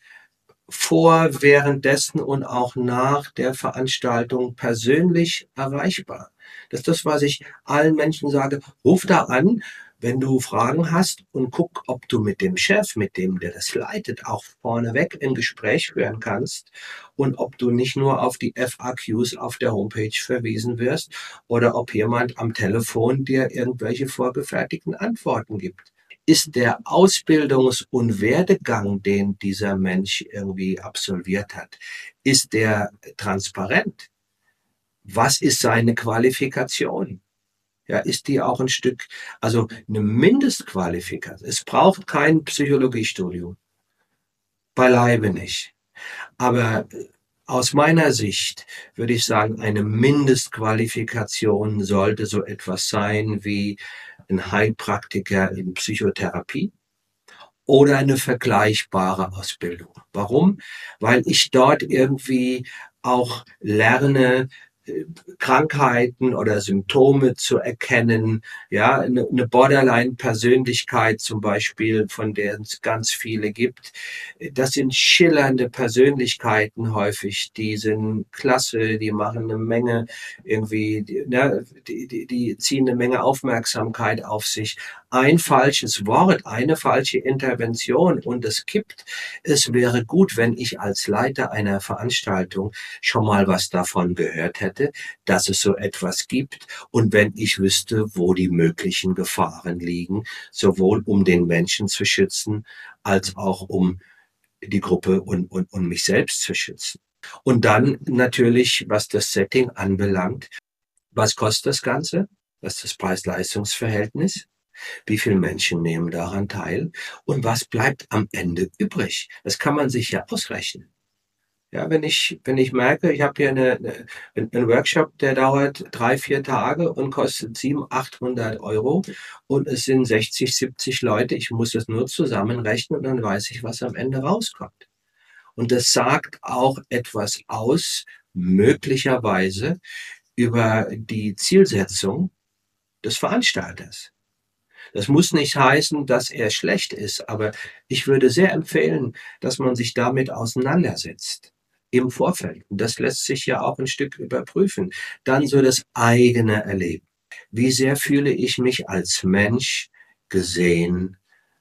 vor, währenddessen und auch nach der Veranstaltung persönlich erreichbar? Das ist das, was ich allen Menschen sage. Ruf da an, wenn du Fragen hast, und guck, ob du mit dem Chef, mit dem, der das leitet, auch vorneweg ein Gespräch führen kannst und ob du nicht nur auf die FAQs auf der Homepage verwiesen wirst oder ob jemand am Telefon dir irgendwelche vorgefertigten Antworten gibt. Ist der Ausbildungs- und Werdegang, den dieser Mensch irgendwie absolviert hat, ist der transparent? Was ist seine Qualifikation? Ja, ist die auch ein Stück, also eine Mindestqualifikation? Es braucht kein Psychologiestudium, beileibe nicht. Aber aus meiner Sicht würde ich sagen, eine Mindestqualifikation sollte so etwas sein wie ein Heilpraktiker in Psychotherapie oder eine vergleichbare Ausbildung. Warum? Weil ich dort irgendwie auch lerne, Krankheiten oder Symptome zu erkennen, ja, eine Borderline-Persönlichkeit zum Beispiel, von der es ganz viele gibt. Das sind schillernde Persönlichkeiten häufig, die sind klasse, die machen eine Menge irgendwie, die ziehen eine Menge Aufmerksamkeit auf sich. Ein falsches Wort, eine falsche Intervention und es kippt. Es wäre gut, wenn ich als Leiter einer Veranstaltung schon mal was davon gehört hätte, dass es so etwas gibt und wenn ich wüsste, wo die möglichen Gefahren liegen, sowohl um den Menschen zu schützen, als auch um die Gruppe und mich selbst zu schützen. Und dann natürlich, was das Setting anbelangt, was kostet das Ganze? Was ist das Preis-Leistungs-Verhältnis? Wie viele Menschen nehmen daran teil? Und was bleibt am Ende übrig? Das kann man sich ja ausrechnen. Ja, wenn ich merke, ich habe hier einen Workshop, der dauert 3, 4 Tage und kostet 700, 800 € und es sind 60, 70 Leute, ich muss das nur zusammenrechnen und dann weiß ich, was am Ende rauskommt. Und das sagt auch etwas aus, möglicherweise über die Zielsetzung des Veranstalters. Das muss nicht heißen, dass er schlecht ist, aber ich würde sehr empfehlen, dass man sich damit auseinandersetzt im Vorfeld. Und das lässt sich ja auch ein Stück überprüfen. Dann so das eigene Erleben. Wie sehr fühle ich mich als Mensch gesehen,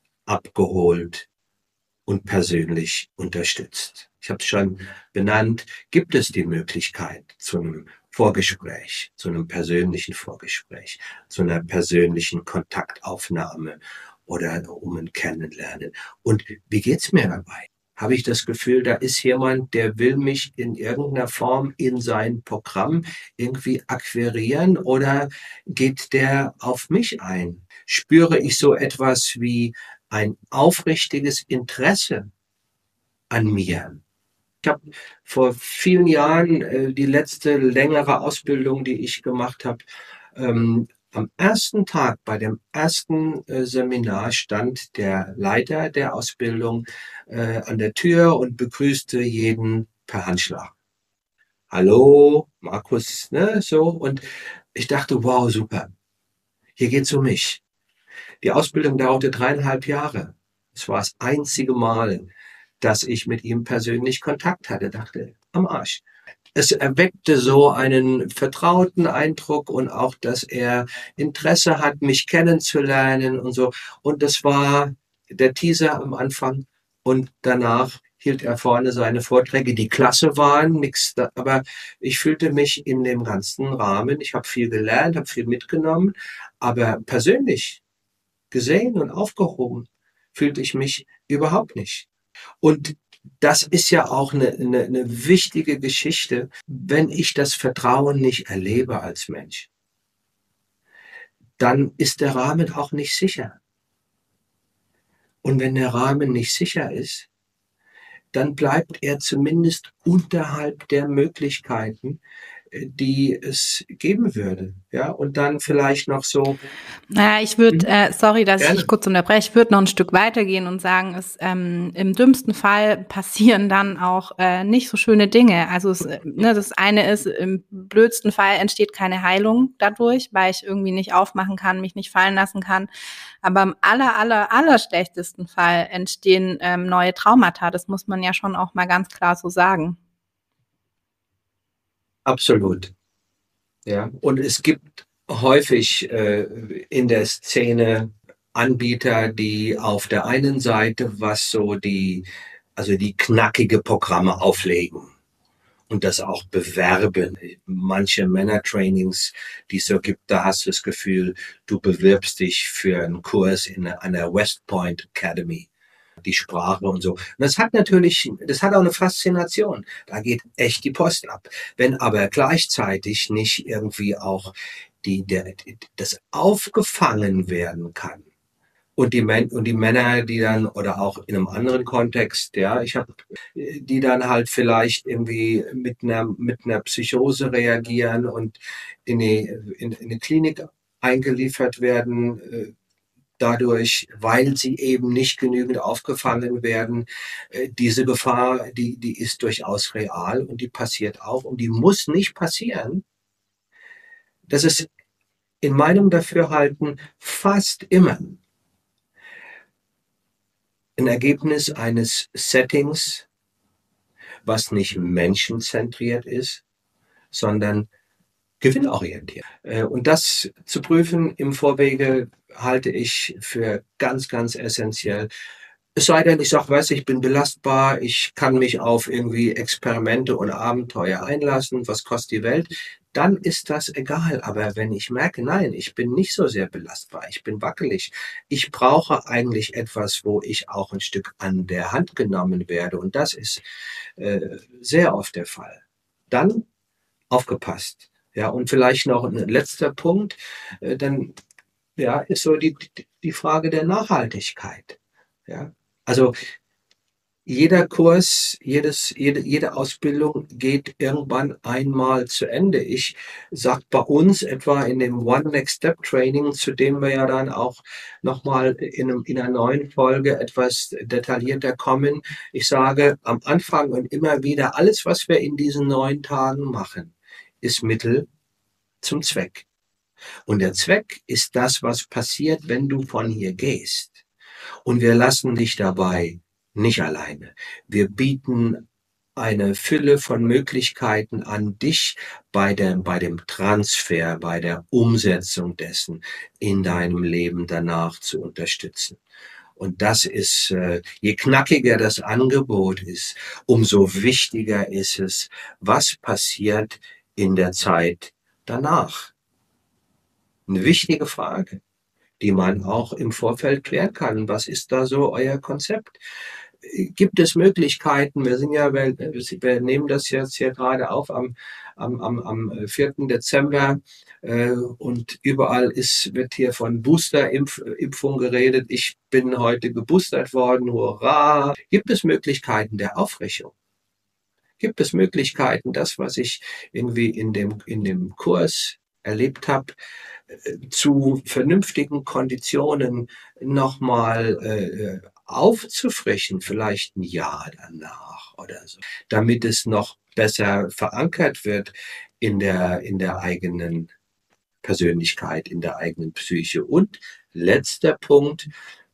abgeholt und persönlich unterstützt? Ich habe es schon benannt. Gibt es die Möglichkeit zu einem Vorgespräch, zu einem persönlichen Vorgespräch, zu einer persönlichen Kontaktaufnahme oder um ein Kennenlernen? Und wie geht's mir dabei? Habe ich das Gefühl, da ist jemand, der will mich in irgendeiner Form in sein Programm irgendwie akquirieren oder geht der auf mich ein? Spüre ich so etwas wie ein aufrichtiges Interesse an mir? Ich habe vor vielen Jahren die letzte längere Ausbildung, die ich gemacht habe, am ersten Tag bei dem ersten Seminar stand der Leiter der Ausbildung an der Tür und begrüßte jeden per Handschlag. Hallo, Markus, ne, so. Und ich dachte, wow, super, hier geht's um mich. Die Ausbildung dauerte 3,5 Jahre. Es war das einzige Mal, dass ich mit ihm persönlich Kontakt hatte. Dachte, am Arsch. Es erweckte so einen vertrauten Eindruck und auch, dass er Interesse hat, mich kennenzulernen und so. Und das war der Teaser am Anfang. Und danach hielt er vorne seine Vorträge, die klasse waren, nix da, aber ich fühlte mich in dem ganzen Rahmen, ich habe viel gelernt, habe viel mitgenommen, aber persönlich gesehen und aufgehoben fühlte ich mich überhaupt nicht. Und das ist ja auch eine wichtige Geschichte, wenn ich das Vertrauen nicht erlebe als Mensch, dann ist der Rahmen auch nicht sicher. Und wenn der Rahmen nicht sicher ist, dann bleibt er zumindest unterhalb der Möglichkeiten, die es geben würde. Ja, und dann vielleicht noch so. Naja, ich würde, sorry, dass ich Gerne. dich kurz unterbreche, ich würde noch ein Stück weitergehen und sagen, im dümmsten Fall passieren dann auch nicht so schöne Dinge. Also das eine ist, im blödsten Fall entsteht keine Heilung dadurch, weil ich irgendwie nicht aufmachen kann, mich nicht fallen lassen kann. Aber im aller schlechtesten Fall entstehen neue Traumata. Das muss man ja schon auch mal ganz klar so sagen. Absolut. Ja, und es gibt häufig in der Szene Anbieter, die auf der einen Seite also die knackige Programme auflegen und das auch bewerben. Manche Männertrainings, die es so gibt, da hast du das Gefühl, du bewirbst dich für einen Kurs in einer West Point Academy. Die Sprache und so. Und das hat auch eine Faszination. Da geht echt die Post ab. Wenn aber gleichzeitig nicht irgendwie auch das aufgefangen werden kann. Und die Männer, die dann, oder auch in einem anderen Kontext, ja, die dann halt vielleicht irgendwie mit einer Psychose reagieren und in eine Klinik eingeliefert werden, dadurch, weil sie eben nicht genügend aufgefangen werden. Diese Gefahr, die ist durchaus real und die passiert auch und die muss nicht passieren. Das ist in meinem Dafürhalten fast immer ein Ergebnis eines Settings, was nicht menschenzentriert ist, sondern gewinnorientiert. Und das zu prüfen im Vorwege halte ich für ganz, ganz essentiell. Es sei denn, ich sage, ich bin belastbar, ich kann mich auf irgendwie Experimente und Abenteuer einlassen, was kostet die Welt, dann ist das egal. Aber wenn ich merke, nein, ich bin nicht so sehr belastbar, ich bin wackelig, ich brauche eigentlich etwas, wo ich auch ein Stück an der Hand genommen werde, und das ist sehr oft der Fall, dann aufgepasst. Ja, und vielleicht noch ein letzter Punkt, dann ja, ist so die Frage der Nachhaltigkeit. Ja, also jeder Kurs, jede Ausbildung geht irgendwann einmal zu Ende. Ich sage bei uns etwa in dem One Next Step Training, zu dem wir ja dann auch nochmal in einer neuen Folge etwas detaillierter kommen. Ich sage am Anfang und immer wieder, alles, was wir in diesen 9 Tagen machen, ist Mittel zum Zweck. Und der Zweck ist das, was passiert, wenn du von hier gehst. Und wir lassen dich dabei nicht alleine. Wir bieten eine Fülle von Möglichkeiten an, dich bei dem Transfer, bei der Umsetzung dessen in deinem Leben danach zu unterstützen. Und das ist, je knackiger das Angebot ist, umso wichtiger ist es, was passiert in der Zeit danach. Eine wichtige Frage, die man auch im Vorfeld klären kann. Was ist da so euer Konzept? Gibt es Möglichkeiten? Wir nehmen das jetzt hier gerade auf am 4. Dezember und überall wird hier von Boosterimpfung geredet. Ich bin heute geboostert worden, hurra! Gibt es Möglichkeiten der Auffrischung? Gibt es Möglichkeiten, das, was ich irgendwie in dem Kurs erlebt habe, zu vernünftigen Konditionen nochmal aufzufrischen, vielleicht ein Jahr danach oder so, damit es noch besser verankert wird in der eigenen Persönlichkeit, in der eigenen Psyche. Und letzter Punkt,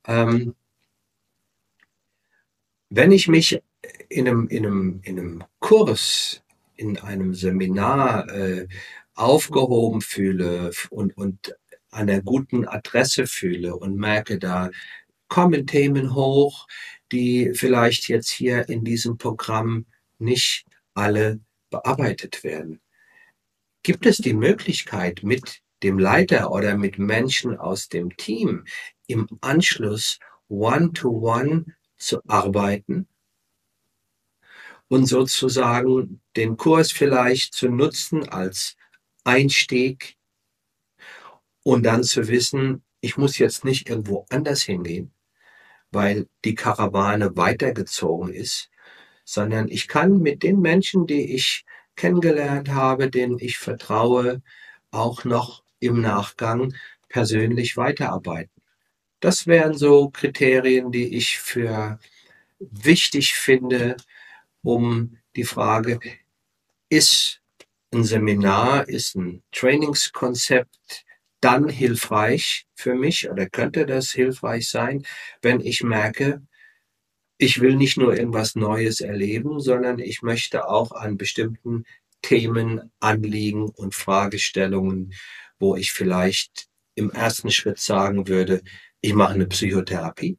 wenn ich mich in einem Kurs, in einem Seminar aufgehoben fühle und an einer guten Adresse fühle und merke, da kommen Themen hoch, die vielleicht jetzt hier in diesem Programm nicht alle bearbeitet werden. Gibt es die Möglichkeit, mit dem Leiter oder mit Menschen aus dem Team im Anschluss one-to-one zu arbeiten und sozusagen den Kurs vielleicht zu nutzen als Einstieg und dann zu wissen, ich muss jetzt nicht irgendwo anders hingehen, weil die Karawane weitergezogen ist, sondern ich kann mit den Menschen, die ich kennengelernt habe, denen ich vertraue, auch noch im Nachgang persönlich weiterarbeiten. Das wären so Kriterien, die ich für wichtig finde, um die Frage, ist ein Seminar, ist ein Trainingskonzept dann hilfreich für mich oder könnte das hilfreich sein, wenn ich merke, ich will nicht nur irgendwas Neues erleben, sondern ich möchte auch an bestimmten Themen, Anliegen und Fragestellungen, wo ich vielleicht im ersten Schritt sagen würde, ich mache eine Psychotherapie,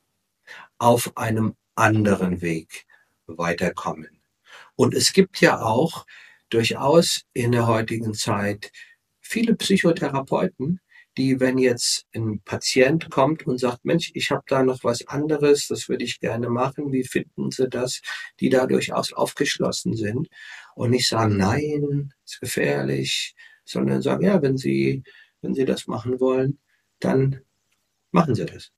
auf einem anderen Weg weiterkommen. Und es gibt ja auch durchaus in der heutigen Zeit viele Psychotherapeuten, die, wenn jetzt ein Patient kommt und sagt, Mensch, ich habe da noch was anderes, das würde ich gerne machen, wie finden Sie das, die da durchaus aufgeschlossen sind und nicht sagen, nein, ist gefährlich, sondern sagen, ja, wenn Sie das machen wollen, dann machen Sie das.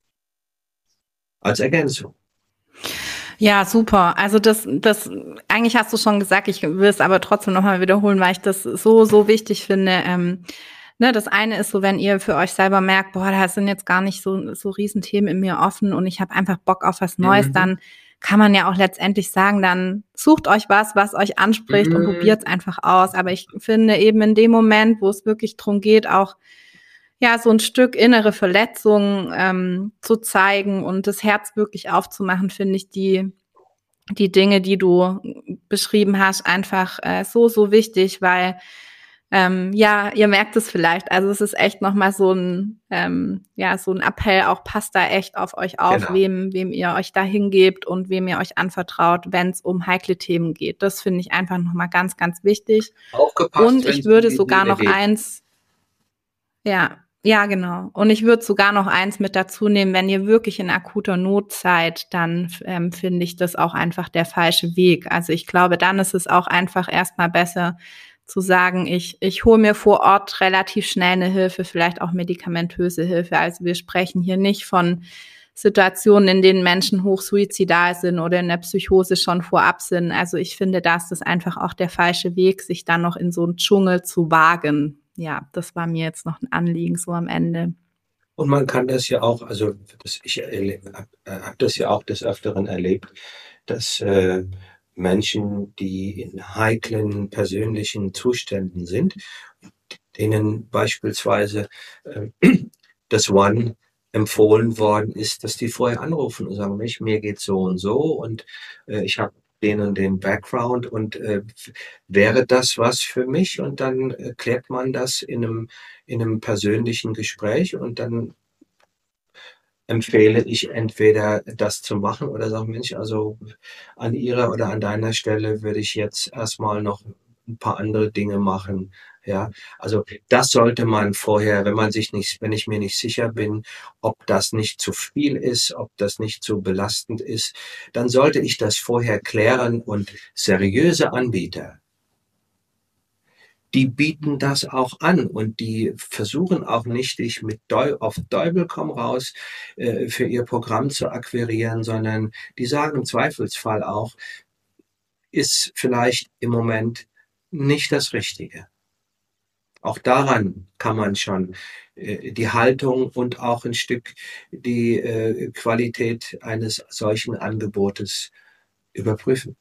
Als Ergänzung. Ja, super. Also eigentlich hast du schon gesagt, ich will es aber trotzdem nochmal wiederholen, weil ich das so wichtig finde. Ne, das eine ist so, wenn ihr für euch selber merkt, boah, da sind jetzt gar nicht so Riesenthemen in mir offen und ich habe einfach Bock auf was Neues, dann kann man ja auch letztendlich sagen, dann sucht euch was euch anspricht und probiert es einfach aus. Aber ich finde eben in dem Moment, wo es wirklich darum geht, auch ja, so ein Stück innere Verletzung zu zeigen und das Herz wirklich aufzumachen, finde ich die Dinge, die du beschrieben hast, einfach so wichtig, weil ja, ihr merkt es vielleicht. Also es ist echt nochmal so ein so ein Appell, auch passt da echt auf euch auf, Genau. wem ihr euch da hingebt und wem ihr euch anvertraut, wenn es um heikle Themen geht. Das finde ich einfach nochmal ganz, ganz wichtig. Aufgepasst, Und wenn ich es um würde die sogar Seele noch geht. ja, genau. Und ich würde sogar noch eins mit dazu nehmen, wenn ihr wirklich in akuter Not seid, dann finde ich das auch einfach der falsche Weg. Also ich glaube, dann ist es auch einfach erstmal besser zu sagen, ich hole mir vor Ort relativ schnell eine Hilfe, vielleicht auch medikamentöse Hilfe. Also wir sprechen hier nicht von Situationen, in denen Menschen hochsuizidal sind oder in der Psychose schon vorab sind. Also ich finde, da ist das einfach auch der falsche Weg, sich dann noch in so einen Dschungel zu wagen. Ja, das war mir jetzt noch ein Anliegen so am Ende. Und man kann das ja auch, also ich habe das ja auch des Öfteren erlebt, dass Menschen, die in heiklen persönlichen Zuständen sind, denen beispielsweise äh, das One empfohlen worden ist, dass die vorher anrufen und sagen, Mensch, mir geht's so und ich habe den und den Background und wäre das was für mich? Und dann klärt man das in einem persönlichen Gespräch und dann empfehle ich entweder das zu machen oder sage, Mensch, also an Ihrer oder an deiner Stelle würde ich jetzt erstmal noch ein paar andere Dinge machen. Ja, also das sollte man vorher, wenn ich mir nicht sicher bin, ob das nicht zu viel ist, ob das nicht zu belastend ist, dann sollte ich das vorher klären und seriöse Anbieter, die bieten das auch an und die versuchen auch nicht, dich auf Teufel komm raus für ihr Programm zu akquirieren, sondern die sagen im Zweifelsfall auch, ist vielleicht im Moment nicht das Richtige. Auch daran kann man schon die Haltung und auch ein Stück die Qualität eines solchen Angebotes überprüfen.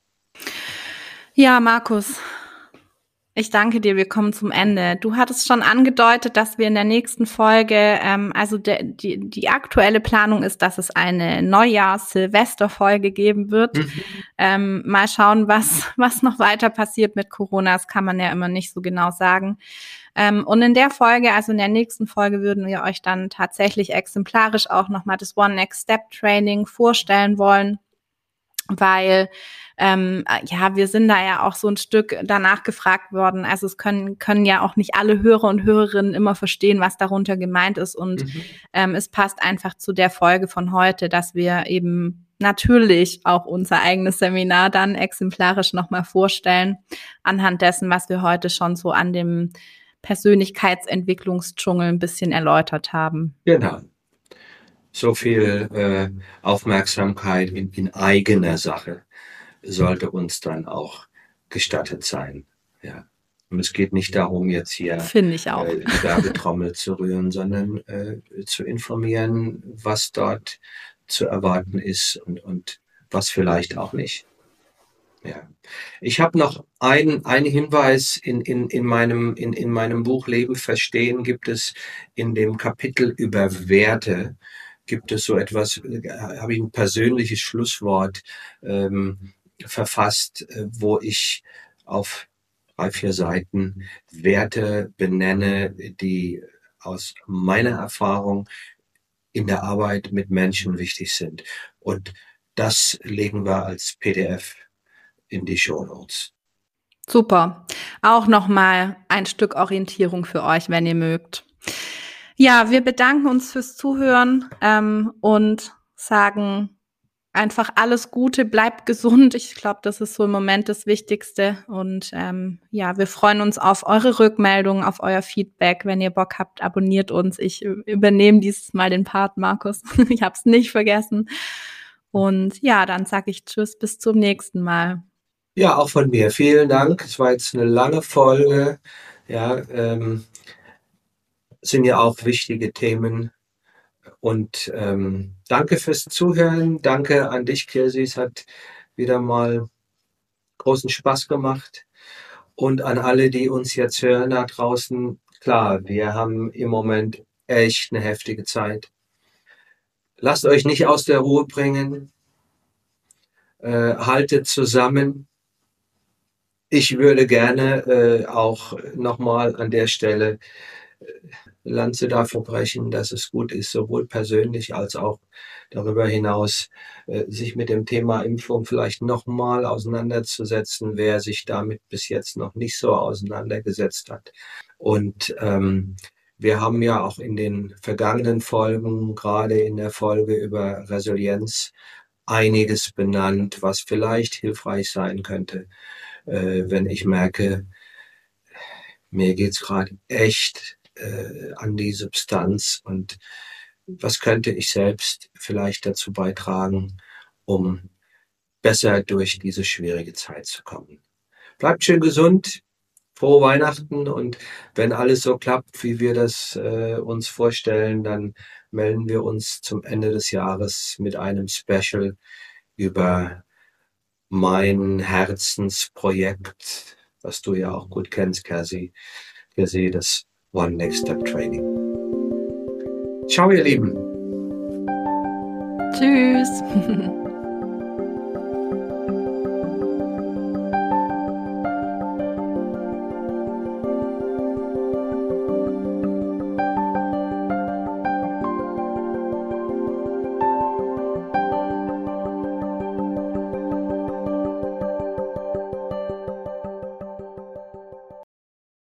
Ja, Markus, ich danke dir. Wir kommen zum Ende. Du hattest schon angedeutet, dass wir in der nächsten Folge, die aktuelle Planung ist, dass es eine Neujahrs-Silvester-Folge geben wird. Mal schauen, was noch weiter passiert mit Corona. Das kann man ja immer nicht so genau sagen. Und in der Folge, also in der nächsten Folge, würden wir euch dann tatsächlich exemplarisch auch nochmal das One Next Step Training vorstellen wollen, weil wir sind da ja auch so ein Stück danach gefragt worden. Also es können ja auch nicht alle Hörer und Hörerinnen immer verstehen, was darunter gemeint ist. Und es passt einfach zu der Folge von heute, dass wir eben natürlich auch unser eigenes Seminar dann exemplarisch nochmal vorstellen, anhand dessen, was wir heute schon so an dem Persönlichkeitsentwicklungsdschungel ein bisschen erläutert haben. Genau. So viel Aufmerksamkeit in eigener Sache sollte uns dann auch gestattet sein. Ja. Und es geht nicht darum, jetzt hier Finde ich auch. die Werbetrommel zu rühren, sondern zu informieren, was dort zu erwarten ist und was vielleicht auch nicht. Ja. Ich habe noch einen Hinweis in meinem Buch Leben verstehen, gibt es in dem Kapitel über Werte, gibt es so etwas, habe ich ein persönliches Schlusswort verfasst, wo ich auf 3, 4 Seiten Werte benenne, die aus meiner Erfahrung in der Arbeit mit Menschen wichtig sind. Und das legen wir als PDF in die Shownotes. Super. Auch nochmal ein Stück Orientierung für euch, wenn ihr mögt. Ja, wir bedanken uns fürs Zuhören und sagen einfach alles Gute, bleibt gesund. Ich glaube, das ist so im Moment das Wichtigste. Und ja, wir freuen uns auf eure Rückmeldungen, auf euer Feedback. Wenn ihr Bock habt, abonniert uns. Ich übernehme dieses Mal den Part, Markus. Ich habe es nicht vergessen. Und ja, dann sage ich Tschüss, bis zum nächsten Mal. Ja, auch von mir. Vielen Dank. Es war jetzt eine lange Folge. Ja, sind ja auch wichtige Themen. Und danke fürs Zuhören. Danke an dich, Kirsi. Es hat wieder mal großen Spaß gemacht. Und an alle, die uns jetzt hören da draußen. Klar, wir haben im Moment echt eine heftige Zeit. Lasst euch nicht aus der Ruhe bringen. Haltet zusammen. Ich würde gerne auch nochmal an der Stelle Lanze dafür brechen, dass es gut ist, sowohl persönlich als auch darüber hinaus, sich mit dem Thema Impfung vielleicht nochmal auseinanderzusetzen, wer sich damit bis jetzt noch nicht so auseinandergesetzt hat. Und wir haben ja auch in den vergangenen Folgen, gerade in der Folge über Resilienz, einiges benannt, was vielleicht hilfreich sein könnte, wenn ich merke, mir geht's gerade echt an die Substanz und was könnte ich selbst vielleicht dazu beitragen, um besser durch diese schwierige Zeit zu kommen. Bleibt schön gesund, frohe Weihnachten und wenn alles so klappt, wie wir das uns vorstellen, dann melden wir uns zum Ende des Jahres mit einem Special über mein Herzensprojekt, was du ja auch gut kennst, Kirsi, das One Next Step Training. Ciao, ihr Lieben. Tschüss.